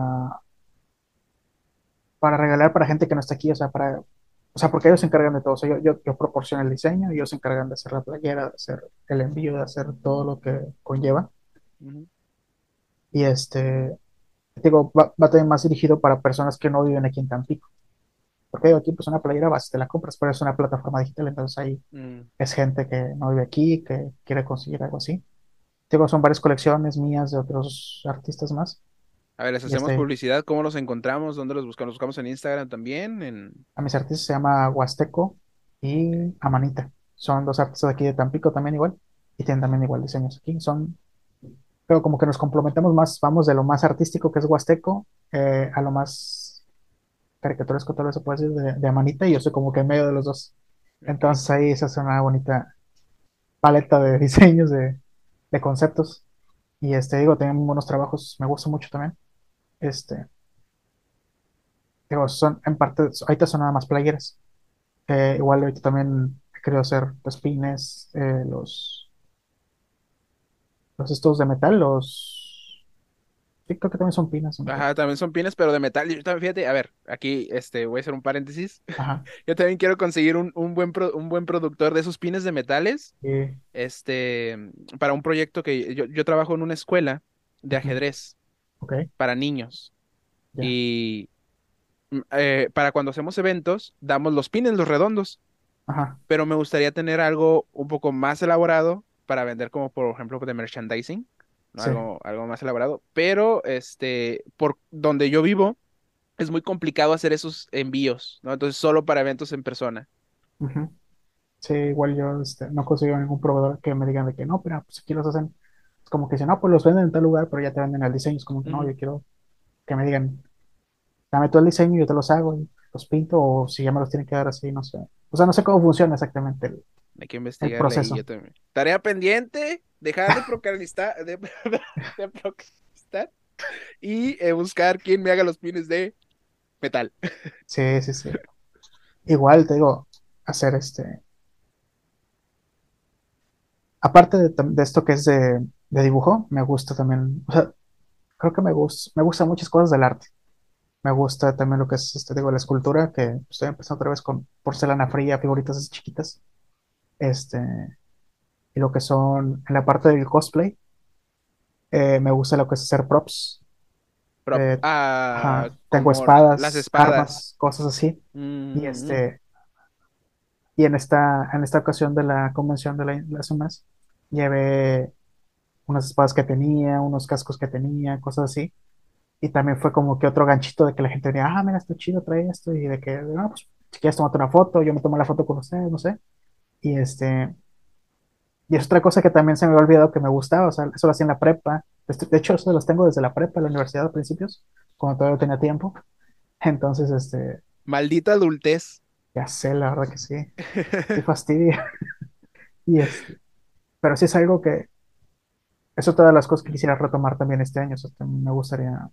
para regalar para gente que no está aquí, o sea, porque ellos se encargan de todo. O sea, yo proporciono el diseño, ellos se encargan de hacer la playera, de hacer el envío, de hacer todo lo que conlleva. Ujú, Y digo, va también más dirigido para personas que no viven aquí en Tampico. Porque digo, aquí pues una playera vas, te la compras, pero es una plataforma digital, entonces ahí mm. es gente que no vive aquí, que quiere conseguir algo así. Digo, son varias colecciones mías de otros artistas más. A ver, les Y hacemos publicidad. ¿Cómo los encontramos? ¿Dónde los buscamos? ¿Los buscamos en Instagram también? a mis artistas se llama Huasteco y Amanita. Son dos artistas aquí de Tampico también igual, y tienen también igual diseños aquí. Son, pero como que nos complementamos más, vamos de lo más artístico que es Huasteco, a lo más caricaturesco, tal vez se puede decir, de Amanita, y yo soy como que en medio de los dos. Ok. Entonces ahí se hace una bonita paleta de diseños, de conceptos. Y digo, tienen muy buenos trabajos, me gusta mucho también. Este, digo, son en parte, ahorita son nada más playeras. Igual ahorita también he querido hacer los pines, los estos de metal, sí, creo que también son pines, no me acuerdo. Ajá, también son pines, pero de metal. Yo también, fíjate, a ver, aquí voy a hacer un paréntesis. Ajá. Yo también quiero conseguir un buen productor de esos pines de metales, Y, para un proyecto que yo trabajo en una escuela de ujú, ajedrez ok, para niños. ya. Y para cuando hacemos eventos, damos los pines, los redondos, Ajá, pero me gustaría tener algo un poco más elaborado para vender como por ejemplo de merchandising, ¿no? sí. Algo más elaborado, pero por donde yo vivo es muy complicado hacer esos envíos, ¿no? Entonces solo para eventos en persona. Ujú. Sí, igual yo no consigo ningún proveedor que me digan de que no, pero pues aquí los hacen. Es como que dicen, no, pues los venden en tal lugar, pero ya te venden el diseño. Es como que no, Ujú. yo quiero que me digan, dame todo el diseño y yo te los hago y los pinto, o si ya me los tienen que dar así, no sé. O sea, no sé cómo funciona exactamente Hay que el investigarle ahí yo proceso. también. Tarea pendiente, dejar de procrastinar, de procrastinar y buscar quién me haga los pines de metal. Sí, sí, sí. Igual te digo, hacer aparte de esto que es de dibujo, me gusta también, o sea, creo que me gustan muchas cosas del arte. Me gusta también lo que es, digo, la escultura, que estoy empezando otra vez con porcelana fría, figuritas así chiquitas. Este, y lo que son, en la parte del cosplay, me gusta lo que es hacer props. Eh, tengo Como las espadas, espadas. armas, cosas así. Y Mm, y en esta ocasión de la convención de las UMAS, llevé unas espadas que tenía, unos cascos que tenía, cosas así. Y también fue como que otro ganchito de que la gente diría, ah, mira, está chido, trae esto. Y de que, no, pues, si quieres tomarte una foto, yo me tomo la foto con usted, no sé. Y y es otra cosa que también se me había olvidado que me gustaba, o sea, eso lo hacía en la prepa. De hecho, eso los tengo desde la prepa, la universidad a principios, cuando todavía tenía tiempo. Entonces, Maldita adultez. ya sé, la verdad que sí, qué fastidio. Y pero sí es algo que, es otra de las cosas que quisiera retomar también este año, o sea, me gustaría,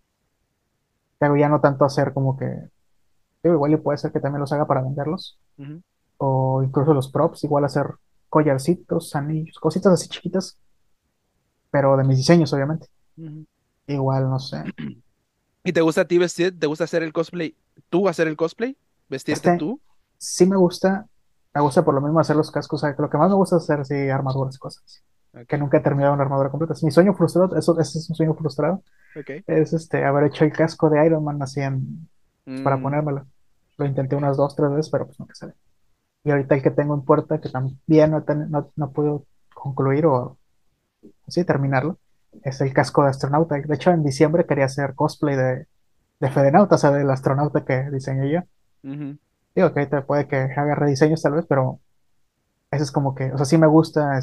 pero ya no tanto hacer como que, digo, igual y puede ser que también los haga para venderlos, Ujú, o incluso los props, igual hacer collarcitos, anillos, cositas así chiquitas, pero de mis diseños, obviamente. ujú. Igual, no sé. ¿Y te gusta a ti vestir? ¿Te gusta hacer el cosplay? ¿Tú hacer el cosplay? ¿Vestirte Este tú? sí me gusta por lo mismo hacer los cascos, o sea, que lo que más me gusta es hacer, sí, armaduras y cosas así, que Ok, nunca he terminado una armadura completa. Es mi sueño frustrado, eso, ese es un sueño frustrado, ok. es haber hecho el casco de Iron Man así pues, para Mm, ponérmelo. Lo intenté unas dos, tres veces, pero pues nunca sale. Y ahorita el que tengo en puerta, que también no puedo concluir o sí terminarlo, es el casco de astronauta. De hecho, en diciembre quería hacer cosplay de Fedenauta, o sea, del astronauta que diseñé yo. ujú, Digo que ahorita puede que haga rediseños tal vez, pero eso es como que, o sea, sí me gusta,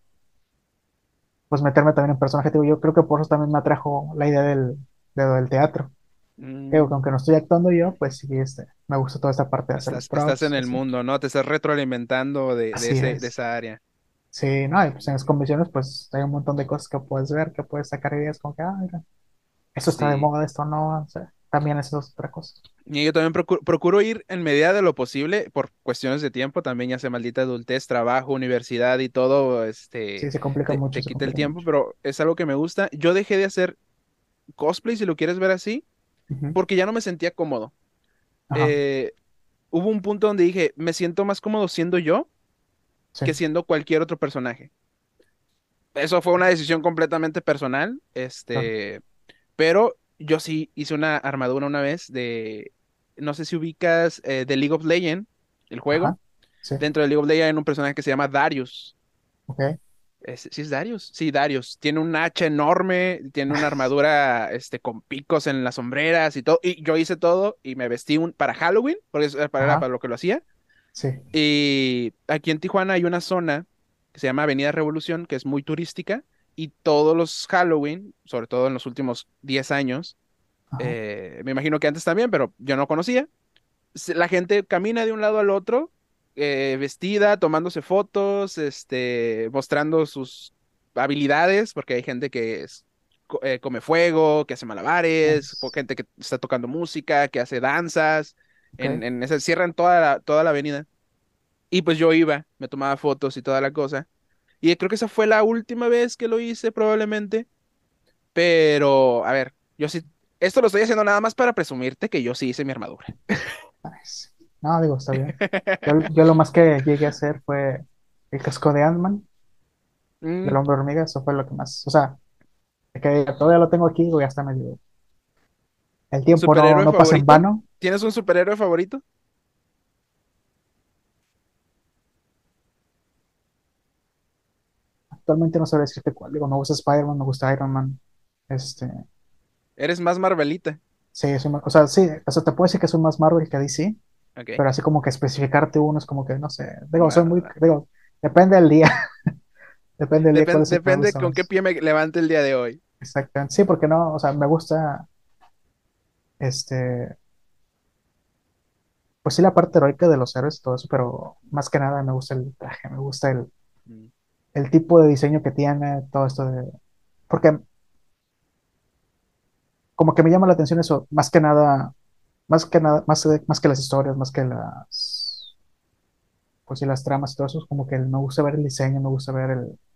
pues meterme también en personaje. Digo, yo creo que por eso también me atrajo la idea del teatro. Digo, que mm. aunque no estoy actuando yo, pues sí, me gusta toda esta parte de hacer los Estás en props, el así. mundo, ¿no? Te estás retroalimentando Así de es. esa área. Sí, no, y pues en las convenciones, pues hay un montón de cosas que puedes ver, que puedes sacar ideas como que, ah, mira, esto está de Sí. moda, esto no, o sea, también eso es otra cosa. Y yo también procuro ir en medida de lo posible por cuestiones de tiempo, también ya sea maldita adultez, trabajo, universidad y todo, Sí, se complica mucho, te se quita el complica tiempo, mucho. pero es algo que me gusta. Yo dejé de hacer cosplay, si lo quieres ver así, Ujú. porque ya no me sentía cómodo. Ajá, Eh, Hubo un punto donde dije, me siento más cómodo siendo yo sí, que siendo cualquier otro personaje. Eso fue una decisión completamente personal, claro. pero yo sí hice una armadura una vez no sé si ubicas The League of Legends, el juego. Ajá, sí, Dentro de League of Legends hay un personaje que se llama Darius. ok. ¿Sí es Darius? Sí, Darius. Tiene un hacha enorme, tiene una armadura con picos en las sombreras y todo. Y yo hice todo y me vestí para Halloween, porque eso era Ajá, para lo que lo hacía. Sí, Y aquí en Tijuana hay una zona que se llama Avenida Revolución, que es muy turística, y todos los Halloween, sobre todo en los últimos 10 años, ajá, me imagino que antes también, pero yo no conocía, la gente camina de un lado al otro, vestida, tomándose fotos, mostrando sus habilidades, porque hay gente que come fuego, que hace malabares, es, gente que está tocando música, que hace danzas, ok. cierran toda la avenida. Y pues yo iba, me tomaba fotos y toda la cosa. Y creo que esa fue la última vez que lo hice, probablemente. Pero, a ver, yo sí, esto lo estoy haciendo nada más para presumirte que yo sí hice mi armadura. Nice. No, digo, está bien. Yo lo más que llegué a hacer fue el casco de Ant-Man, del Mm, hombre hormiga, eso fue lo que más, o sea, de que todavía lo tengo aquí, digo, ya está medio, el tiempo ¿Superhéroe no pasa en favorito? vano. ¿Tienes un superhéroe favorito? Actualmente no sabría decirte cuál, digo, me gusta Spider-Man, me gusta Iron Man, este, Eres más Marvelita. sí, o sea, sí, o sea, te puedo decir que soy más Marvel que DC, Ok. pero así como que especificarte uno es como que, no sé, digo, No, soy no, muy, no. digo, depende del día, depende del día cuál es el que me Depende gusta con qué más. pie me levante el día de hoy. Exactamente, sí, porque no, o sea, me gusta, este, pues sí, la parte heroica de los héroes y todo eso, pero más que nada me gusta el traje, me gusta Mm, el tipo de diseño que tiene, todo esto de, porque como que me llama la atención eso, más que las historias, más que las, pues sí, las tramas y todo eso, es como que me gusta ver el diseño, me gusta ver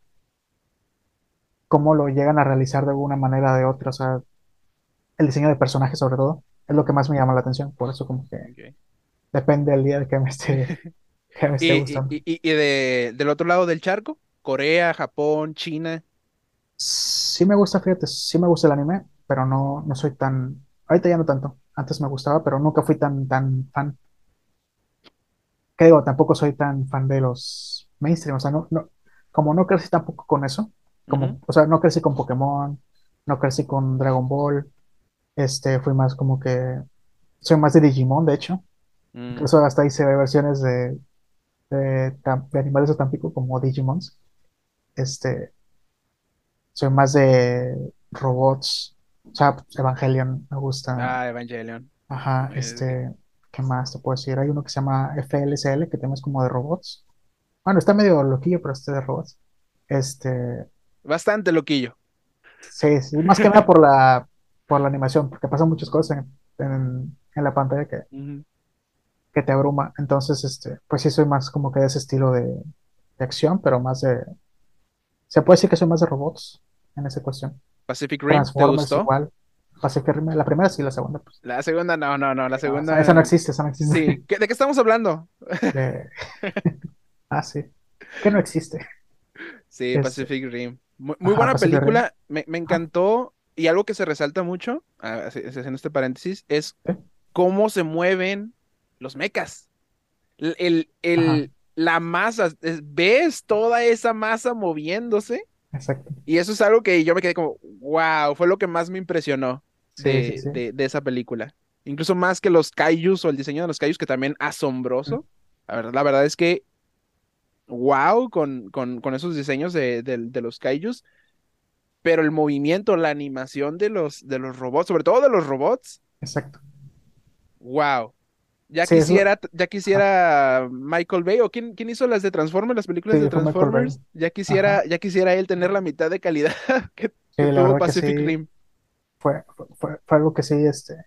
cómo lo llegan a realizar de alguna manera o de otra, o sea, el diseño de personajes sobre todo, es lo que más me llama la atención, por eso como que ok. depende del día de que me esté gustando. Del otro lado del charco, Corea, Japón, China. Sí me gusta, fíjate, sí me gusta el anime, pero no soy tan, ahorita ya no tanto, antes me gustaba, pero nunca fui tan fan. Que digo, tampoco soy tan fan de los mainstream, o sea, como no crecí tampoco con eso, Ujú, como, o sea, no crecí con Pokémon, no crecí con Dragon Ball, fui más como que, soy más de Digimon, de hecho, mm, incluso hasta hice versiones de animales de Tampico como Digimons, este, soy más de robots, o sea, Evangelion me gusta, Evangelion. ajá, ¿qué más te puedo decir? Hay uno que se llama FLCL, que también es como de robots. Bueno, está medio loquillo, pero este de robots. Este, Bastante loquillo. sí, sí, más que nada por la animación, porque pasan muchas cosas en la pantalla Ujú. que te abruma. Entonces, pues sí soy más como que de ese estilo de acción, pero se puede decir que soy más de robots en esa cuestión. Pacific Rim, ¿te Transformers gustó? igual. Pacific Rim, la primera sí, la segunda, pues. La segunda, no, no, no, la No, esa no segunda, existe, esa no sí. existe. ¿De qué estamos hablando? De, sí, que no existe. Sí, Este, Pacific Rim. Muy ajá, buena Pacific Rim. película, me Ajá, encantó. Y algo que se resalta mucho, haciendo este paréntesis, es sí, cómo se mueven los mechas. ajá, La masa, ves toda esa masa moviéndose. exacto. Y eso es algo que yo me quedé como, wow, fue lo que más me impresionó Sí, sí, sí. de esa película. Incluso más que los kaijus o el diseño de los kaijus, que también asombroso. La verdad es que, wow, con esos diseños de los kaijus, pero el movimiento, la animación de los robots, sobre todo de los robots, Exacto. wow. Sí, eso. Ya Ajá. quisiera Michael Bay, o quién hizo las de Transformers, las películas de Sí, fue Michael Bay. Transformers, Ajá. ya quisiera él tener la mitad de calidad Sí, que la tuvo verdad que Pacific sí, Rim. fue algo que sí,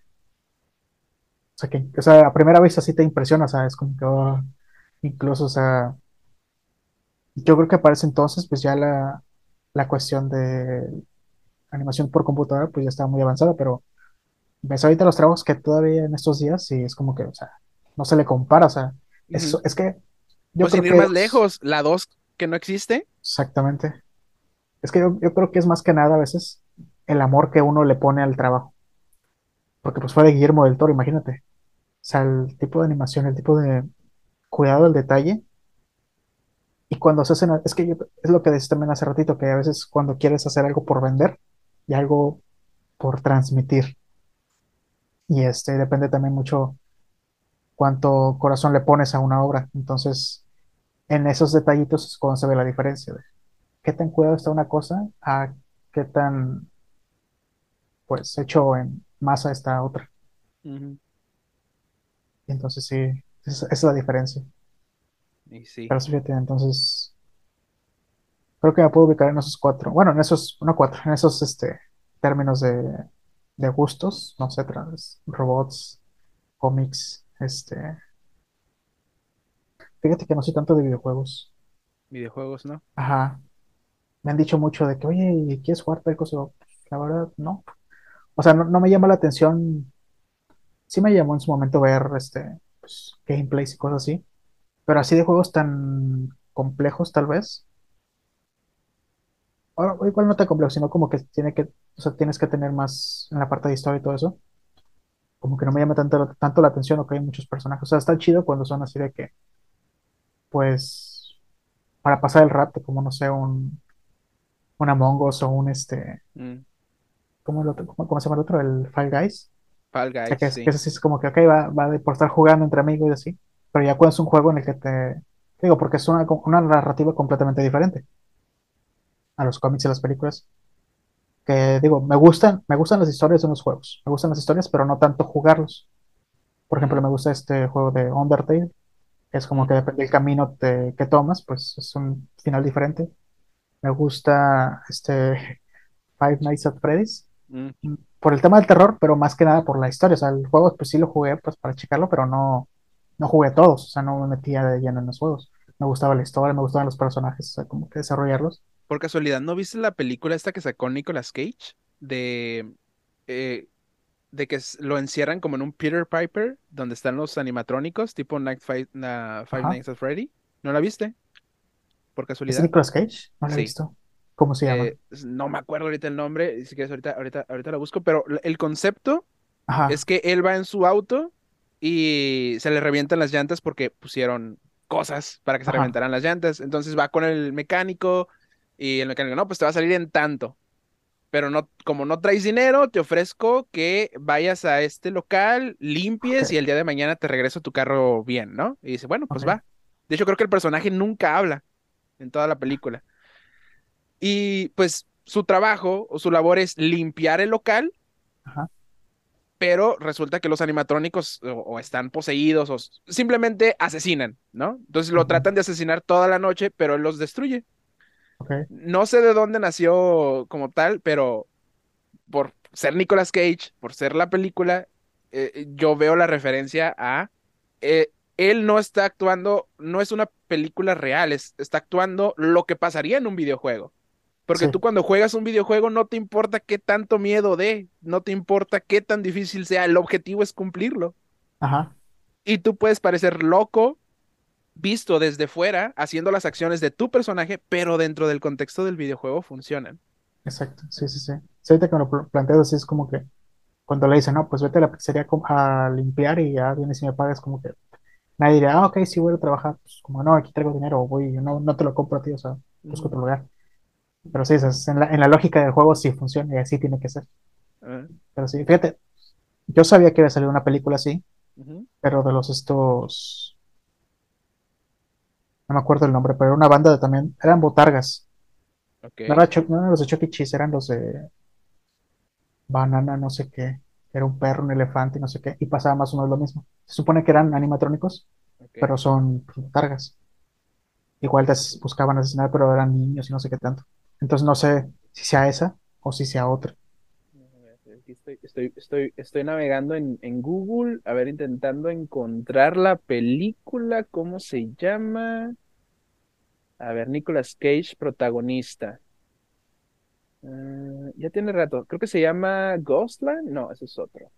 o sea, a primera vista sí te impresiona, o sea, es como que, oh, incluso, o sea, yo creo que para ese entonces, pues ya la cuestión de animación por computadora, pues ya estaba muy avanzada, pero ves ahorita los trabajos que todavía en estos días, sí, es como que, o sea, no se le compara, o sea, es que yo Pues sin creo ir que más lejos, la 2 que no existe. exactamente, es que yo creo que es más que nada a veces el amor que uno le pone al trabajo, porque pues fue de Guillermo del Toro, imagínate. O sea, el tipo de animación, el tipo de cuidado del detalle. Y cuando se hacen, es que es lo que decía también hace ratito, que a veces cuando quieres hacer algo por vender y algo por transmitir. Y depende también mucho. cuánto corazón le pones a una obra. Entonces, en esos detallitos es cuando se ve la diferencia de qué tan cuidado está una cosa a qué tan, pues, hecho en masa está otra. Ujú. Entonces, sí, esa es la diferencia. Y sí, Pero sí, fíjate, entonces, creo que me puedo ubicar en esos cuatro, bueno, en esos, no cuatro, en esos, términos de gustos, no sé, robots, cómics, fíjate que no soy tanto de videojuegos. videojuegos, ¿no? Ajá, me han dicho mucho de que, oye, ¿quieres jugar tal cosa? Y yo, la verdad, no. O sea, no me llama la atención. Sí me llamó en su momento ver pues, gameplays y cosas así, pero así de juegos tan complejos tal vez, o igual no tan complejos, sino como que o sea, tienes que tener más en la parte de historia y todo eso, como que no me llama tanto la atención o que hay muchos personajes. O sea, está chido cuando son así de que, pues, para pasar el rato, como no sé, un Among Us o un Mm. ¿cómo, cómo se llama el otro? El Fall Guys. Fall O sea, Guys, que sí. eso sí es como que, ok, va de por estar jugando entre amigos y así, pero ya cuando es un juego en el que digo, porque es una narrativa completamente diferente a los cómics y las películas, que digo, me gustan las historias de los juegos, me gustan las historias, pero no tanto jugarlos. Por ejemplo, Mm, me gusta este juego de Undertale, que es como mm, que depende del camino que tomas, pues es un final diferente. Me gusta Five Nights at Freddy's, mm. por el tema del terror, pero más que nada por la historia. O sea, el juego pues sí lo jugué pues para checarlo, pero no jugué todos, o sea, no me metía de lleno en los juegos. Me gustaba la historia, me gustaban los personajes, o sea, como que desarrollarlos. Por casualidad, ¿no viste la película esta que sacó Nicolas Cage? Eh, de que lo encierran como en un Peter Piper, donde están los animatrónicos, tipo Five Ajá. Nights at Freddy. ¿No la viste? Por ¿Es de casualidad. Nicolas Cage? No lo he Sí. visto. ¿Cómo se llama? No me acuerdo ahorita el nombre, si quieres ahorita la busco, pero el concepto es Ajá, que él va en su auto y se le revientan las llantas porque pusieron cosas para que se ajá, reventaran las llantas. Entonces va con el mecánico y el mecánico, no, pues te va a salir en tanto. Pero no, como no traes dinero, te ofrezco que vayas a este local, ok, limpies y el día de mañana te regreso tu carro bien, ¿no? Y dice, bueno, pues ok, va. De hecho, creo que el personaje nunca habla en toda la película. Y pues su trabajo o su labor es limpiar el local, ajá, pero resulta que los animatrónicos o están poseídos simplemente asesinan, ¿no? Entonces lo ujú, tratan de asesinar toda la noche, pero él los destruye. ok, No sé de dónde nació como tal, pero por ser Nicolas Cage, por ser la película, yo veo la referencia a él no está actuando, no es una película real, está actuando lo que pasaría en un videojuego. Porque sí, tú cuando juegas un videojuego no te importa qué tanto miedo dé, no te importa qué tan difícil sea, el objetivo es cumplirlo. ajá, Y tú puedes parecer loco, visto desde fuera, haciendo las acciones de tu personaje, pero dentro del contexto del videojuego funcionan. exacto, sí, sí, sí. Sí, ahorita que me lo planteas así es como que cuando le dicen, no, pues vete a la pizzería a limpiar y ya vienes y me pagas, como que nadie diría, ah, ok, sí voy a trabajar, pues como no, aquí traigo dinero, voy, no te lo compro a ti, o sea, busco Ujú. otro lugar. Pero sí, en la lógica del juego sí funciona y así tiene que ser. Ah, Pero sí, fíjate, yo sabía que iba a salir una película así, ujú. pero de no me acuerdo el nombre, pero era una banda también, eran botargas. Ok. No eran los de Chuck E. Cheese, eran los de Banana, no sé qué. Era un perro, un elefante, no sé qué, y pasaba más o menos lo mismo. Se supone que eran animatrónicos, pero Ok. son pues, botargas. Igual buscaban asesinar, pero eran niños y no sé qué tanto. Entonces no sé si sea esa o si sea otra. A ver, aquí estoy navegando en Google, a ver, intentando encontrar la película, ¿cómo se llama? A ver, Nicolas Cage, protagonista. Ya tiene rato, creo que se llama Ghostland, no, ese es otro.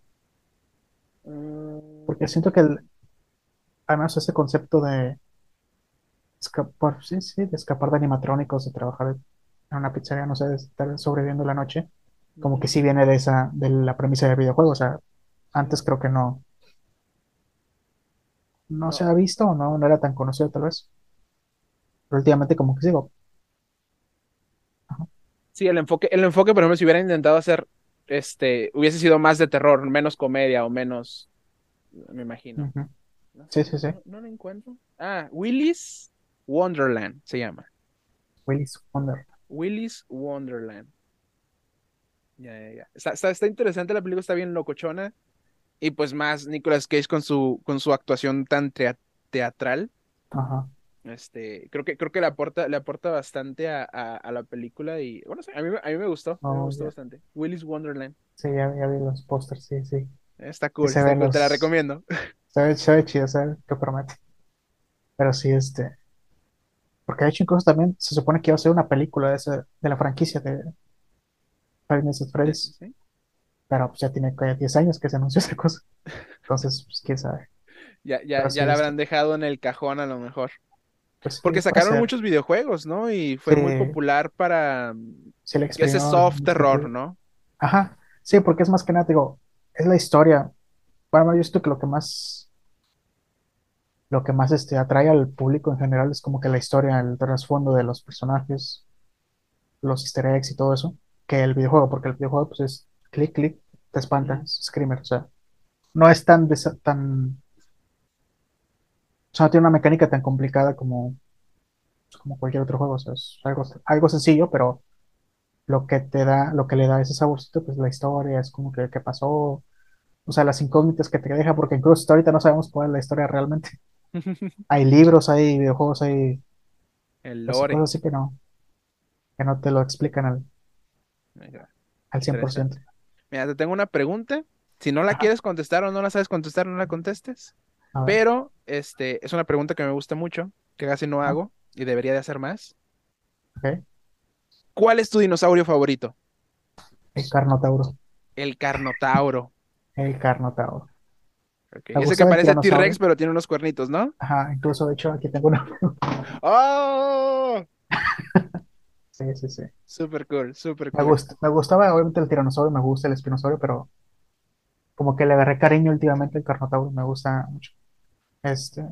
Porque siento que además ese concepto de escapar, sí, sí, de escapar de animatrónicos, de trabajar en una pizzería, no sé, de estar sobreviviendo la noche, como que Ujú. sí viene de la premisa del videojuego. O sea, antes Sí. creo que no se No, ha visto o no era tan conocido tal vez. Pero últimamente como que sigo. Ajá, sí, el enfoque, por ejemplo, si hubiera intentado hacer, hubiese sido más de terror, menos comedia o menos, me imagino. ujú. No Sí, sé, sí, sí. no lo encuentro. Ah, Willy's Wonderland se llama. Willis Wonder. Willy's Wonderland. Ya, ya, ya. Está interesante la película, está bien locochona. Y pues más Nicolas Cage con su actuación tan teatral. Ajá. Creo que le aporta bastante a la película y bueno, sí, a mí me Oh, gustó ya. bastante. Willy's Wonderland. Sí, ya vi los pósters, sí, sí. Está Y cool, está cool, te la recomiendo. se ve chido, se ve que promete. Pero sí, porque de hecho incluso también se supone que iba a ser una película de la franquicia de Five Nights at Freddy's, ¿Sí? pero pues ya tiene que 10 años que se anunció esa cosa. Entonces, pues quién sabe. Ya, ya, Pero ya sí, la habrán dejado en el cajón a lo mejor. pues sí, Porque puede sacaron ser. muchos videojuegos, ¿no? Y Sí, fue muy popular para sí le ese exprimieron soft el terror, sentido. ¿no? Ajá, sí, porque es más que nada, digo, es la historia. Bueno, yo siento que lo que más atrae al público en general es como que la historia, el trasfondo de los personajes, los easter eggs y todo eso, que el videojuego, porque el videojuego pues es clic, clic, te espanta, Ujú, es screamer, o sea, no es o sea, no tiene una mecánica tan complicada como cualquier otro juego, o sea, es algo sencillo, pero lo que le da ese saborcito, pues la historia, es como que qué pasó, o sea, las incógnitas que te deja, porque incluso hasta ahorita no sabemos cuál es la historia realmente. Hay libros, hay videojuegos, hay El pues, lore. cosas así que no te lo explican Mira, al 100%. interesante. Mira, te tengo una pregunta. Si no la Ajá, quieres contestar o no la sabes contestar, no la contestes. a ver, Pero es una pregunta que me gusta mucho, que casi no ajá, hago y debería de hacer más. ok. ¿Cuál es tu dinosaurio favorito? El Carnotauro, El Carnotauro. el Carnotauro. Ok, Me ese que gustaba el parece T-Rex, tiranosaurio. pero tiene unos cuernitos, ¿no? Ajá, incluso de hecho aquí tengo una. ¡Oh! Sí, sí, sí. Super cool, super cool. Me gustaba obviamente el tiranosaurio, me gusta el espinosaurio, pero como que le agarré cariño últimamente al Carnotauro, me gusta mucho. Este,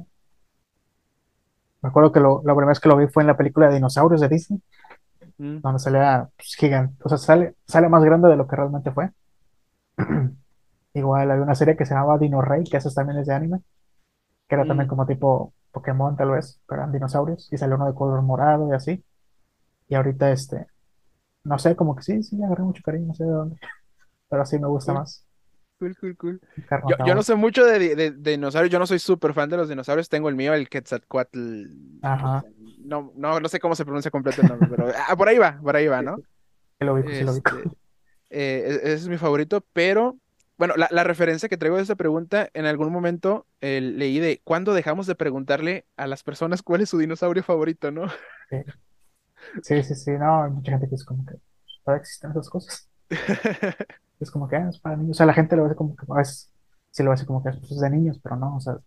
Me acuerdo que la primera vez que lo vi fue en la película de dinosaurios de Disney, Mm, donde salía pues, gigante, o sea, sale más grande de lo que realmente fue. Igual hay una serie que se llamaba Dino Rey, que eso también es de anime, que era también mm, como tipo Pokémon tal vez, pero eran dinosaurios, y salió uno de color morado y así. Y ahorita no sé, como que sí, sí, le agarré mucho cariño, no sé de dónde, pero sí me gusta cool, más cool, cool, cool. el Yo no Carnotauro. sé mucho de dinosaurios, yo no soy súper fan de los dinosaurios, tengo el mío, el Quetzalcóatl. Ajá, No sé cómo se pronuncia completo el nombre, pero por ahí va, sí, ¿no? sí, sí lo ubico, sí lo ubico. Este, ese es mi favorito, pero bueno, la referencia que traigo de esta pregunta, en algún momento leí de cuándo dejamos de preguntarle a las personas cuál es su dinosaurio favorito, ¿no? Sí, sí, sí, sí, no, hay mucha gente que es como que todavía existen esas cosas. Es como que es para niños. O sea, la gente lo ve como que a veces sí lo ve así como que pues, es de niños, pero no, o sea,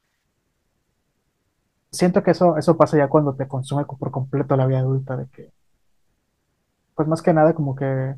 siento que eso pasa ya cuando te consume por completo la vida adulta, de que, pues más que nada como que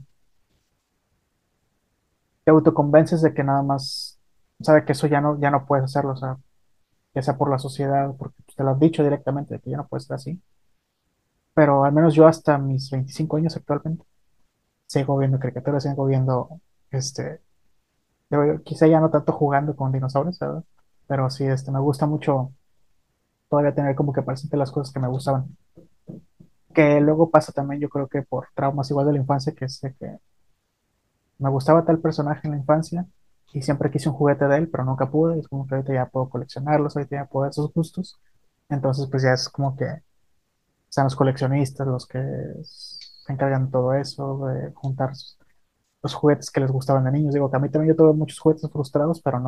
te autoconvences de que nada más, sabe que eso ya no puedes hacerlo, o sea, ya sea por la sociedad, porque pues, te lo han dicho directamente de que ya no puedes ser así. Pero al menos yo hasta mis 25 años actualmente sigo viendo caricaturas, sigo viendo, este, quizá ya no tanto jugando con dinosaurios, ¿verdad? Pero sí, me gusta mucho todavía tener como que presente las cosas que me gustaban. Que luego pasa también, yo creo que por traumas igual de la infancia, que es de que me gustaba tal personaje en la infancia y siempre quise un juguete de él, pero nunca pude. Es como que ahorita ya puedo coleccionarlos, ahorita ya puedo dar esos gustos. Entonces, pues ya es como que están los coleccionistas, los que se encargan de todo eso, de juntar los juguetes que les gustaban de niños. Digo que a mí también yo tuve muchos juguetes frustrados, pero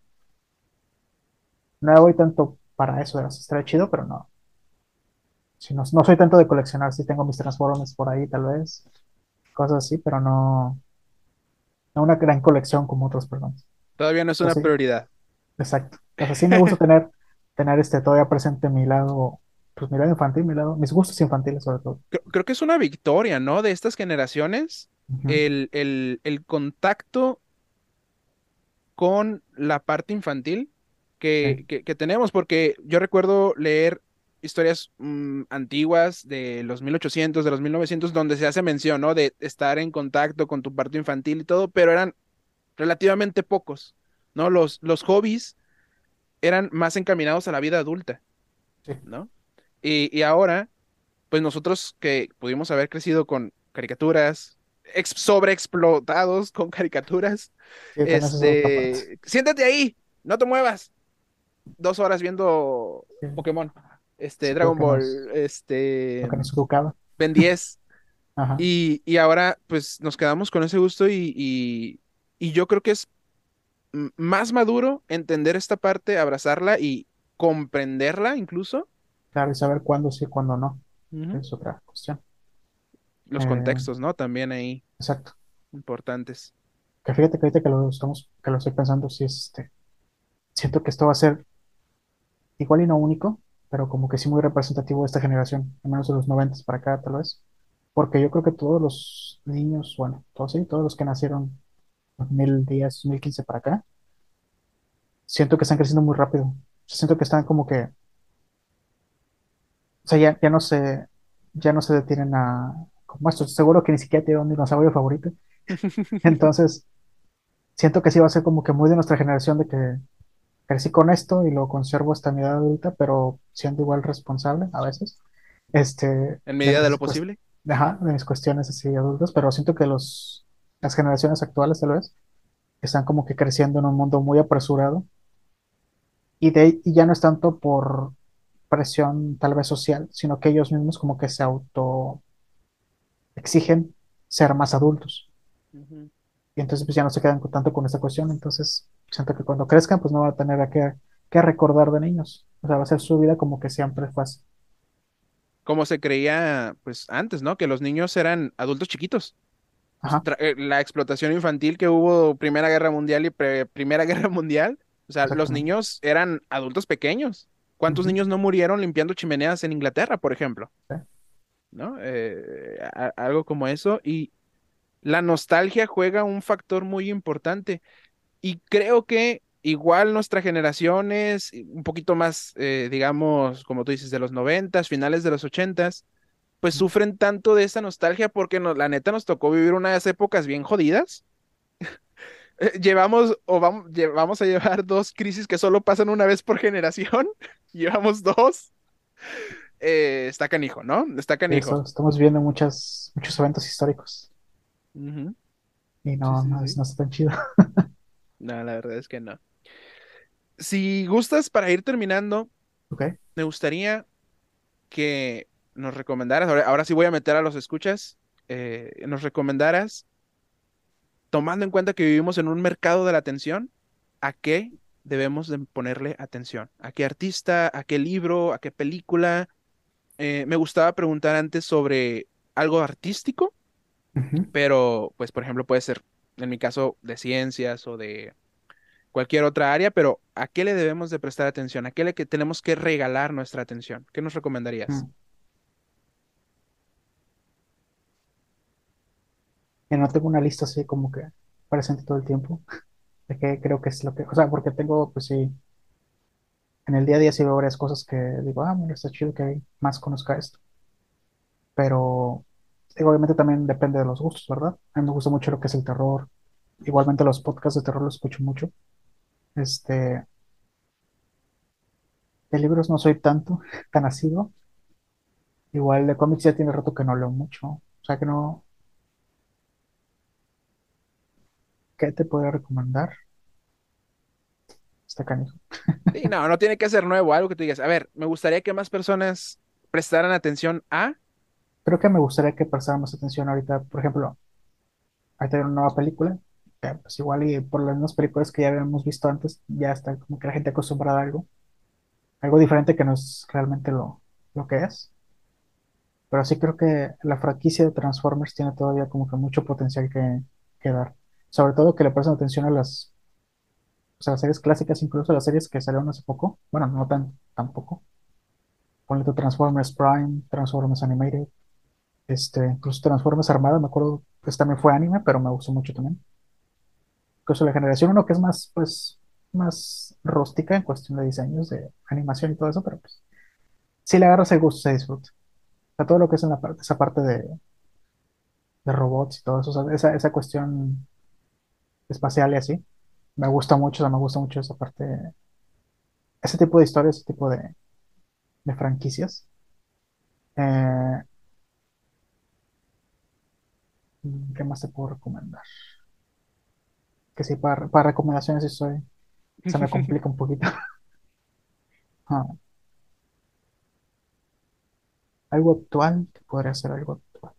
no voy tanto para eso, de estaría chido, pero no. Si no, no soy tanto de coleccionar, sí tengo mis Transformers por ahí tal vez, cosas así, pero no una gran colección como otras personas. Todavía no es Pero una sí, prioridad. exacto. O sea, sí me gusta tener todavía presente mi lado, pues mi lado infantil, mis gustos infantiles sobre todo. Creo que es una victoria, ¿no? De estas generaciones, Ujú, el contacto con la parte infantil sí, que tenemos, porque yo recuerdo leer historias antiguas de los 1800 de los 1900 donde se hace mención, ¿no? De estar en contacto con tu parte infantil y todo, pero eran relativamente pocos, ¿no? Los hobbies eran más encaminados a la vida adulta, Sí, ¿no? Y ahora, pues nosotros que pudimos haber crecido con caricaturas, sobreexplotados con caricaturas, sí, también esa es otra parte. siéntate ahí, no te muevas, 2 horas viendo Sí, Pokémon, sí, Dragon Ball, lo que nos educaba. Ben 10, Ajá, y ahora pues nos quedamos con ese gusto y yo creo que es más maduro entender esta parte, abrazarla y comprenderla incluso. claro, y saber cuándo sí, cuándo no. Ujú. Es otra cuestión. Los Eh, contextos, ¿no? También ahí exacto. importantes. Que fíjate que ahorita que lo estoy pensando, sí siento que esto va a ser igual y no único, pero como que sí muy representativo de esta generación, al menos de los 90 para acá, tal vez. Porque yo creo que todos los niños, bueno, todos sí, todos los que nacieron 2010, 2015 para acá, siento que están creciendo muy rápido. O sea, siento que están como que, o sea, ya no se detienen a, como esto, seguro que ni siquiera tienen un dinosaurio favorito. Entonces, siento que sí va a ser como que muy de nuestra generación de que crecí con esto y lo conservo hasta mi edad adulta, pero siendo igual responsable a veces, En de medida de lo mis, posible. ajá, de mis cuestiones así adultas, pero siento que las generaciones actuales tal vez están como que creciendo en un mundo muy apresurado y ya no es tanto por presión tal vez social, sino que ellos mismos como que se auto exigen ser más adultos. Ujú. Y entonces pues ya no se quedan tanto con esta cuestión. Entonces siento que cuando crezcan pues no van a tener que recordar de niños. O sea, va a ser su vida como que siempre fue así. Como se creía, pues antes, ¿no? Que los niños eran adultos chiquitos. Pues, Ajá, la explotación infantil que hubo Primera Guerra Mundial y Primera Guerra Mundial, o sea, los exactamente. niños eran adultos pequeños. ¿Cuántos Ujú, niños no murieron limpiando chimeneas en Inglaterra, por ejemplo? sí. ¿No? Algo como eso. Y la nostalgia juega un factor muy importante. Y creo que igual nuestra generación es un poquito más, digamos, como tú dices, de los 90, finales de los 80, pues Ujú. sufren tanto de esa nostalgia porque la neta nos tocó vivir unas épocas bien jodidas. Vamos a llevar dos crisis que solo pasan una vez por generación. Llevamos dos. Está canijo, ¿no? Está canijo. Eso, estamos viendo muchos eventos históricos Ujú. y Sí, no, sí, no, sí. no está tan chido. No, la verdad es que no. Si gustas, para ir terminando, Ok. me gustaría que nos recomendaras, ahora sí voy a meter a los escuchas, nos recomendaras, tomando en cuenta que vivimos en un mercado de la atención, ¿a qué debemos de ponerle atención? ¿A qué artista? ¿A qué libro? ¿A qué película? Me gustaba preguntar antes sobre algo artístico, Ujú. pero pues por ejemplo puede ser, en mi caso, de ciencias o de cualquier otra área, pero ¿a qué le debemos de prestar atención? ¿A qué le que tenemos que regalar nuestra atención? ¿Qué nos recomendarías? Mm. Y no tengo una lista así como que presente todo el tiempo de qué creo que es lo que, o sea, porque tengo, pues sí, en el día a día sí veo varias cosas que digo, ah, mira, está chido que hay más conozca esto, pero digo, obviamente también depende de los gustos, ¿verdad? A mí me gusta mucho lo que es el terror, igualmente los podcasts de terror los escucho mucho, este, de libros no soy tan asiduo, igual de cómics ya tiene rato que no leo mucho, o sea que no, ¿qué te podría recomendar? Está canijo. Sí, no, no tiene que ser nuevo, algo que tú digas, a ver, me gustaría que más personas prestaran atención a... Creo que me gustaría que prestáramos atención ahorita, por ejemplo, ahorita hay una nueva película, que, pues igual y por las mismas películas que ya habíamos visto antes, ya está como que la gente acostumbrada a algo diferente que no es realmente lo que es. Pero sí creo que la franquicia de Transformers tiene todavía como que mucho potencial que dar. Sobre todo que le presten atención a o sea, las series clásicas, incluso las series que salieron hace poco. Bueno, no tampoco. Ponle tu Transformers Prime, Transformers Animated, incluso Transformers Armada, me acuerdo, pues también fue anime, pero me gustó mucho también. Incluso la generación uno que es más, pues, más rústica en cuestión de diseños, de animación y todo eso, pero pues, si le agarras el gusto, se disfruta. O sea, todo lo que es en esa parte de robots y todo eso, o sea, esa cuestión espacial y así, me gusta mucho, o sea, me gusta mucho esa parte ese tipo de historias, ese tipo de franquicias. Eh, ¿Qué más te puedo recomendar? Que sí, para recomendaciones sí soy, se me complica un poquito. Ah, algo actual, que podría ser algo actual.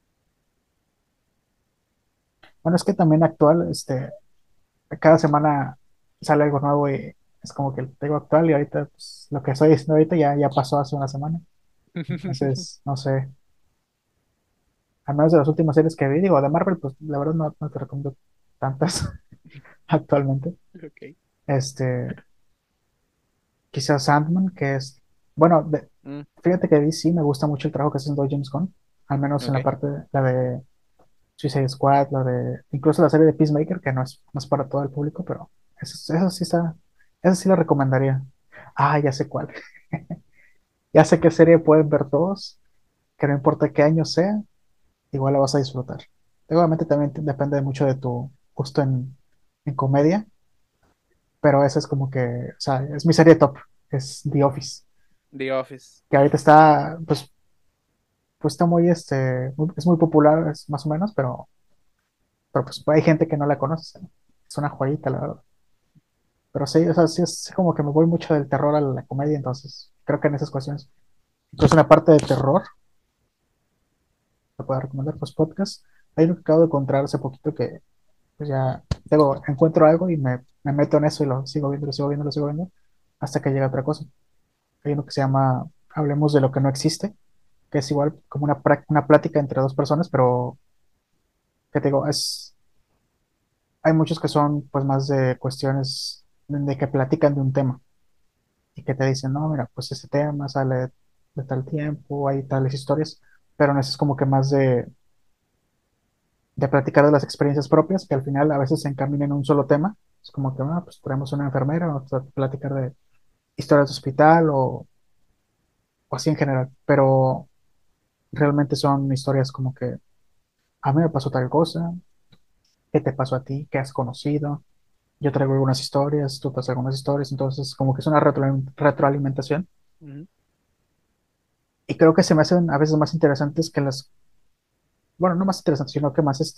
Bueno, es que también actual, cada semana sale algo nuevo y es como que tengo actual y ahorita pues, lo que estoy diciendo ahorita ya pasó hace una semana. Entonces, no sé, al menos de las últimas series que vi, digo, de Marvel, pues la verdad no te recomiendo tantas actualmente. Ok. Este, quizás Sandman, que es, bueno, Mm, fíjate que DC me gusta mucho el trabajo que está haciendo James Gunn, al menos en la ok. parte, la de Suicide Squad, la de, incluso la serie de Peacemaker, que no es para todo el público, pero eso sí está, eso sí la recomendaría. Ah, ya sé cuál. Ya sé qué serie pueden ver todos, que no importa qué año sea, igual la vas a disfrutar. Obviamente también depende mucho de tu gusto en comedia, pero esa es como que, o sea, es mi serie top, es The Office, The Office. que ahorita está, pues está muy, es muy popular, es más o menos, pero pues hay gente que no la conoce, ¿no? Es una joyita, la verdad. Pero sí, o sea, sí es como que me voy mucho del terror a la comedia, entonces creo que en esas cuestiones, incluso en la parte de terror, te puedo recomendar pues podcast. Hay uno que acabo de encontrar hace poquito que pues ya encuentro algo y me meto en eso y lo sigo viendo, lo sigo viendo, lo sigo viendo, hasta que llega otra cosa. Hay uno que se llama Hablemos de lo que no existe, que es igual como una plática entre dos personas, pero que te digo, hay muchos que son pues más de cuestiones de que platican de un tema y que te dicen, no, mira, pues este tema sale de tal tiempo, hay tales historias, pero no es como que más de platicar de las experiencias propias, que al final a veces se encaminan en un solo tema. Es como que, pues tenemos una enfermera, vamos a platicar de historias de hospital o así en general, pero realmente son historias como que a mí me pasó tal cosa, ¿qué te pasó a ti? ¿Qué has conocido? Yo traigo algunas historias, tú traes algunas historias, entonces como que es una retroalimentación Ujú. y creo que se me hacen a veces más interesantes que bueno, no más interesantes, sino que más,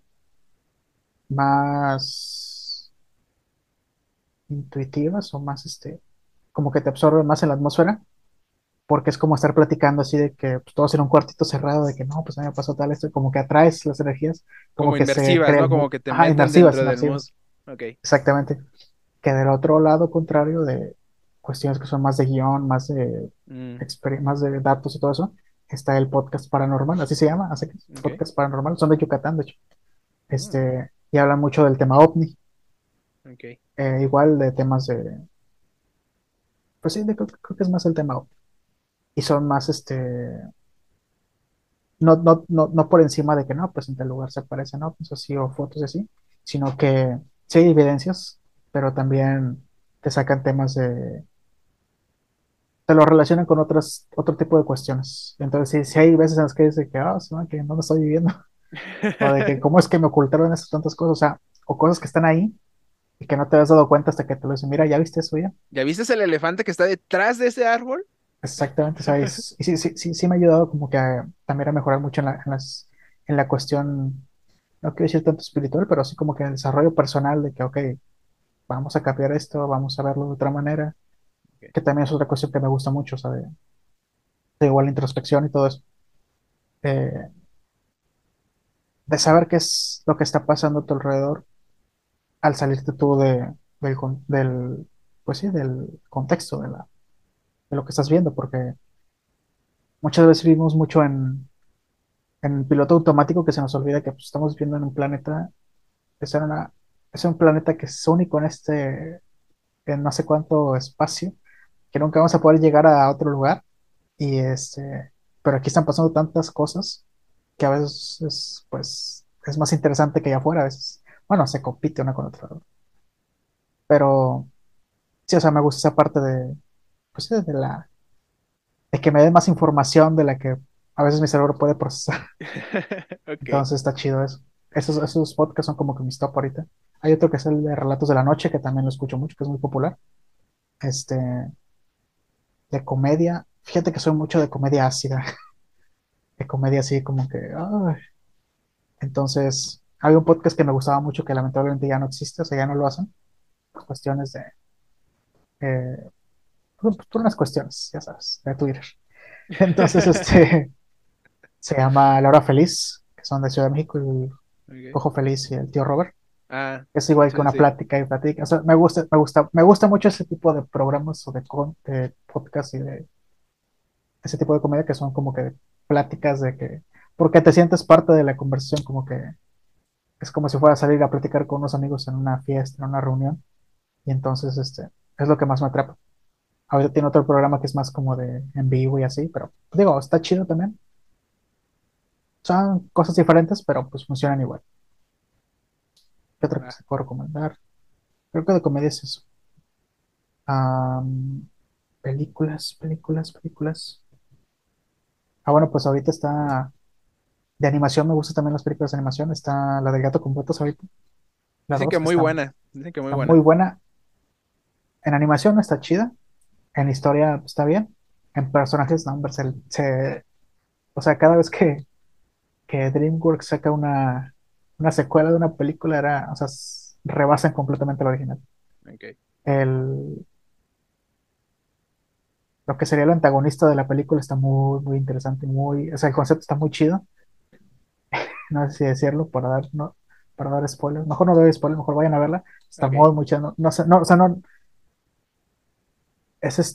más intuitivas o más, como que te absorben más en la atmósfera, porque es como estar platicando así de que pues, todos en un cuartito cerrado, de que no, pues a mí me pasó tal, esto, como que atraes las energías, como Como que se inmersivas, crea ¿no? el mood. Como que te Ajá, meten inmersivas, dentro del mood. inmersivas, Ok. exactamente. Que del otro lado contrario de cuestiones que son más de guión, más de, Mm, más de datos y todo eso, está el podcast paranormal, así se llama, así que ok. podcast paranormal, son de Yucatán, de hecho, Mm, y hablan mucho del tema ovni, ok. igual de temas pues sí, creo que es más el tema ovni, y son más, no por encima de que no, pues en tal lugar se aparecen ovnis o así, o fotos y así, sino que sí hay evidencias, pero también te sacan temas te lo relacionan con otro tipo de cuestiones. Entonces, sí hay veces en las que dices que, sí, man, que no lo estoy viviendo, o de que cómo es que me ocultaron esas tantas cosas, o sea, o cosas que están ahí y que no te has dado cuenta hasta que te lo dicen, mira, ¿ya viste eso ya? ¿Ya viste el elefante que está detrás de ese árbol? Exactamente, ¿sabes? Y sí, sí, sí, sí me ha ayudado como que también a mejorar mucho en la cuestión, no quiero decir tanto espiritual, pero sí como que en el desarrollo personal de que, ok, vamos a cambiar esto, vamos a verlo de otra manera, Ok. que también es otra cuestión que me gusta mucho, ¿sabes? De igual la introspección y todo eso. Eh, de saber qué es lo que está pasando a tu alrededor al salirte tú pues sí, del contexto de lo que estás viendo, porque muchas veces vivimos mucho en piloto automático que se nos olvida que pues, estamos viviendo en un planeta, es, en una, es un planeta que es único en no sé cuánto espacio, que nunca vamos a poder llegar a otro lugar, y pero aquí están pasando tantas cosas que a veces pues, es más interesante que allá afuera, a veces, bueno, se compite una con otra, ¿no? Pero sí, o sea, me gusta esa parte pues, sí, de que me den más información de la que a veces mi cerebro puede procesar. Ok. Entonces está chido eso. Esos podcasts son como que mis top ahorita. Hay otro que es el de Relatos de la Noche, que también lo escucho mucho, que es muy popular. este, de comedia. Fíjate que soy mucho de comedia ácida, de comedia así como que, ay. Entonces, había un podcast que me gustaba mucho que lamentablemente ya no existe, o sea, ya no lo hacen, por cuestiones de, por unas cuestiones, ya sabes, de Twitter. Entonces, se llama La Hora Feliz, que son de Ciudad de México, y Okay. Cojo Feliz y el tío Robert. Ah, Es igual que sí, una sí. plática y plática. O sea, me gusta mucho ese tipo de programas o de podcast y de ese tipo de comedia que son como que pláticas de que, porque te sientes parte de la conversación, como que es como si fuera a salir a platicar con unos amigos en una fiesta, en una reunión, y entonces es lo que más me atrapa. Ahorita tiene otro programa que es más como de en vivo y así, pero digo, está chido también. Son cosas diferentes, pero pues funcionan igual. ¿Qué otra Ah, cosa puedo recomendar? Creo que de comedia es eso. Am, películas. Ah, bueno, pues ahorita está de animación, me gustan también las películas de animación. Está la del gato con botas ahorita, la dicen 2 que que muy está, buena. Dicen que muy está muy buena. buena. En animación está chida, en historia está bien, en personajes, no, hombre, o sea, cada vez que DreamWorks saca una secuela de una película, o sea, rebasan completamente el original. Okay. El, lo que sería el antagonista de la película está muy, muy interesante, o sea, el concepto está muy chido. No sé si decirlo para dar spoilers. Mejor no doy spoilers, mejor vayan a verla. Está Okay. muy, muy chido. No, no sé, no, o sea, no, es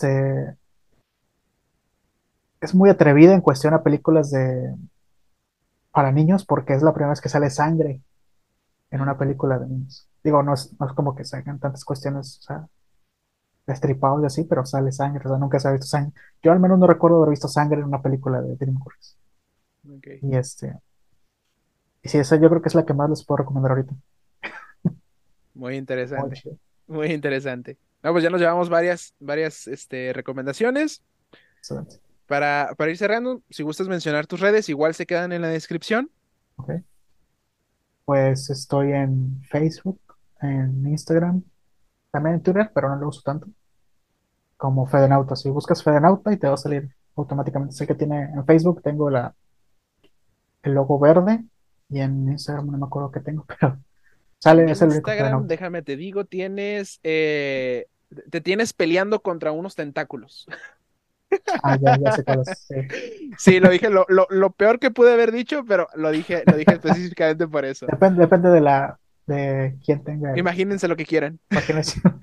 es muy atrevida en cuestión a películas para niños porque es la primera vez que sale sangre en Mm, una película de niños. Digo, no es como que salgan tantas cuestiones, o sea, destripados y así, pero sale sangre, o sea, nunca se ha visto sangre. Yo al menos no recuerdo haber visto sangre en una película de DreamWorks. okay. Y y sí, esa yo creo que es la que más les puedo recomendar ahorita. Muy Muy interesante. chido. Muy interesante. No, pues ya nos llevamos varias, recomendaciones. Excelente. Para ir cerrando, si gustas mencionar tus redes, igual se quedan en la descripción. Ok. Pues estoy en Facebook, en Instagram, también en Twitter, pero no lo uso tanto, como Fedenauta. Si buscas Fedenauta y te va a salir automáticamente. Sé que tiene en Facebook, tengo el logo verde y en Instagram no me acuerdo qué tengo, pero En sale, es el único Instagram, Fedenauta. déjame te digo, te tienes peleando contra unos tentáculos. Ah, ya sé cuál es. Sí. Sí, lo dije, lo peor que pude haber dicho, pero lo dije específicamente por eso. Depende de quién tenga el Imagínense lo que quieran. imaginación.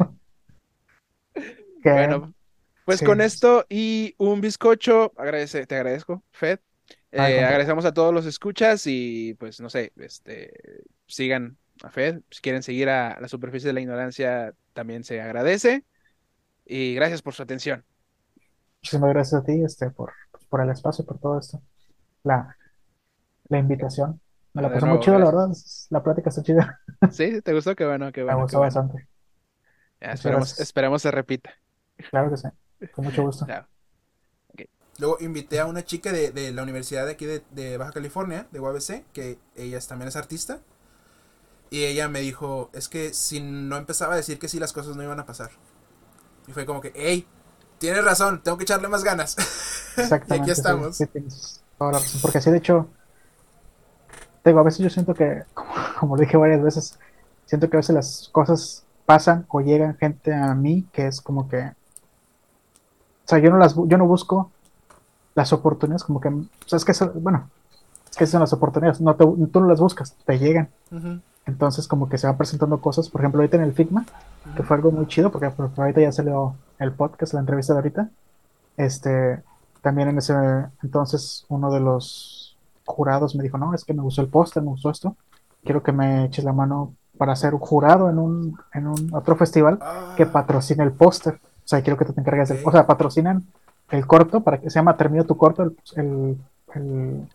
Que Bueno, pues sí, con esto y un bizcocho, te agradezco, Fed. al contrario. Agradecemos a todos los escuchas y pues no sé, sigan a Fed. Si quieren seguir a la superficie de la ignorancia, también se agradece. Y gracias por su atención. Muchísimas gracias a ti, por el espacio, por todo esto. La, la invitación. Me No, la de pasó muy nuevo, chido, la gracias. verdad. La plática está chida. ¿Sí? ¿Te gustó? Qué bueno, qué Me bueno, qué gustó bueno. bastante. Ya, Muchas esperemos, gracias. esperemos se repita. Claro que sí. Con mucho gusto. Chao. Ok. Luego invité a una chica de la universidad de aquí de Baja California, de UABC, que ella también es artista. Y ella me dijo, es que si no empezaba a decir que sí, las cosas no iban a pasar. Y fue como que, hey, tienes razón, tengo que echarle más ganas. Y aquí Exactamente, sí, sí estamos. tienes toda la razón. Porque así, de hecho, te digo, a veces yo siento que, como lo dije varias veces, siento que a veces las cosas pasan o llegan gente a mí que es como que, o sea, yo no busco las oportunidades, como que, o sea, bueno, es que son las oportunidades, tú no las buscas, te llegan. Ujú, Entonces, como que se van presentando cosas, por ejemplo, ahorita en el Figma, que ujú. fue algo muy chido, porque por ahorita ya salió el podcast, la entrevista de ahorita. Este, también en ese entonces uno de los jurados me dijo, no, es que me gustó el póster, me gustó esto, quiero que me eches la mano para ser un jurado en un otro festival que Ah, patrocine el póster. O sea, quiero que tú te encargues ok. o sea, patrocinan el corto para que se llama Termino tu corto, el,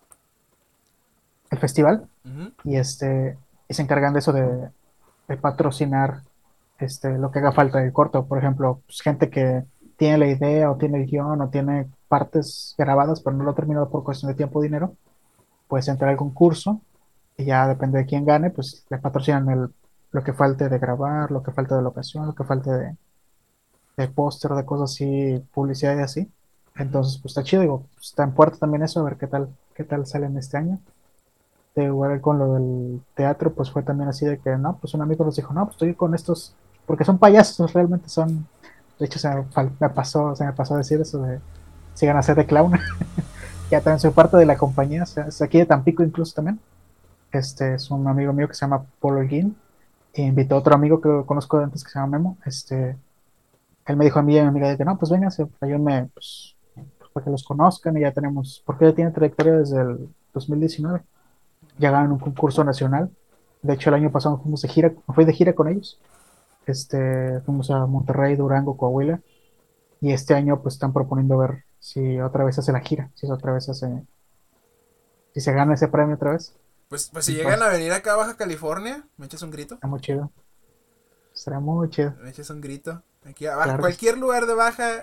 el festival, Ujú. y y se encargan de eso de patrocinar lo que haga falta del corto. Por ejemplo, pues, gente que tiene la idea o tiene el guión o tiene partes grabadas, pero no lo ha terminado por cuestión de tiempo o dinero, pues entra al concurso y ya depende de quién gane, pues le patrocinan lo que falte de grabar, lo que falte de locación, lo que falte de de póster, de cosas así, publicidad y así. Entonces, pues está chido, digo, pues, está en puerta también eso, a ver qué tal salen este año. De igual con lo del teatro, pues fue también así de que, no, pues un amigo nos dijo, no, pues estoy con estos, porque son payasos, realmente son, de hecho se me pasó a decir eso de, sigan a hacer de clown, ya también soy parte de la compañía, o sea, es aquí de Tampico incluso también. Este es un amigo mío que se llama Polo Holguín, e invitó a otro amigo que conozco de antes que se llama Memo. Él me dijo a mí y a mi amiga de que no, pues vénganse, ayúdenme, pues, para que los conozcan y ya tenemos, porque ya tiene trayectoria desde el 2019. Ya ganaron un concurso nacional. De hecho, el año pasado fuimos de gira, fui de gira con ellos. Fuimos a Monterrey, Durango, Coahuila. Y este año pues están proponiendo ver si otra vez hace la gira, si otra vez hace, si se gana ese premio otra vez. Pues si llegan a Entonces, venir acá a Baja California, me echas un grito. está muy chido. Será muy chido. Me echas un grito. Aquí a Baja, Claro que sí. cualquier lugar de Baja.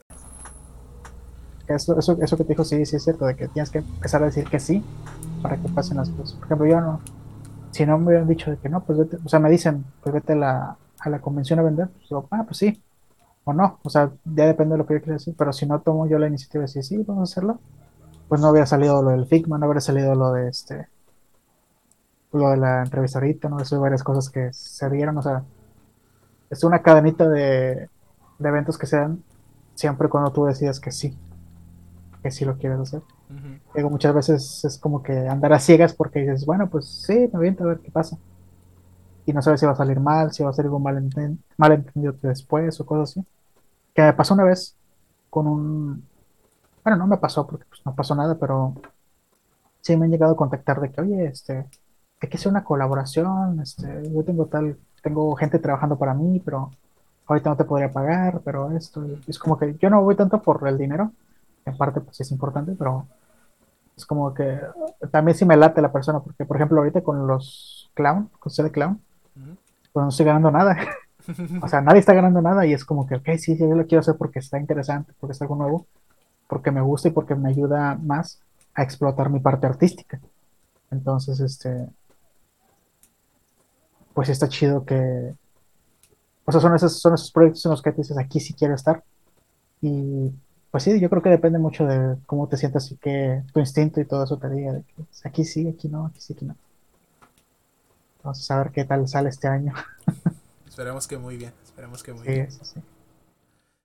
Eso que te dijo, sí, sí es cierto, de que tienes que empezar a decir que sí para que pasen las cosas. Por ejemplo, yo no, si no me hubieran dicho de que no, pues vete, o sea, me dicen, pues vete a la convención a vender, pues digo, pues sí, o no, o sea, ya depende de lo que yo quiera decir, pero si no tomo yo la iniciativa de decir, sí, vamos a hacerlo, pues no hubiera salido lo del Figma, no hubiera salido lo de la entrevista ahorita, no hubiera varias cosas que se dieron, o sea, es una cadenita de eventos que se dan siempre cuando tú decides que sí lo quieres hacer. Ujú. Digo, muchas veces es como que andar a ciegas porque dices, bueno, pues sí, me aviento a ver qué pasa. Y no sabes si va a salir mal, si va a salir algo mal entendido después o cosas así. Que me pasó una vez con un, bueno, no me pasó porque pues, no pasó nada, pero sí me han llegado a contactar de que, oye, hay que hacer una colaboración, yo tengo gente trabajando para mí, pero ahorita no te podría pagar, pero esto, y es como que yo no voy tanto por el dinero, en parte pues es importante, pero es como que también sí me late la persona, porque por ejemplo ahorita con los clown, con C de clown, Ujú. pues no estoy ganando nada, o sea, nadie está ganando nada y es como que, ok, sí, sí, yo lo quiero hacer porque está interesante, porque es algo nuevo, porque me gusta y porque me ayuda más a explotar mi parte artística. Entonces, pues está chido que, o sea, son esos proyectos en los que te dices, aquí sí quiero estar. Y pues sí, yo creo que depende mucho de cómo te sientas y que tu instinto y todo eso te diga, de que pues, aquí sí, aquí no, aquí sí, aquí no. Vamos a ver qué tal sale este año. Esperemos que muy bien. Esperemos que muy Sí, bien. sí, sí.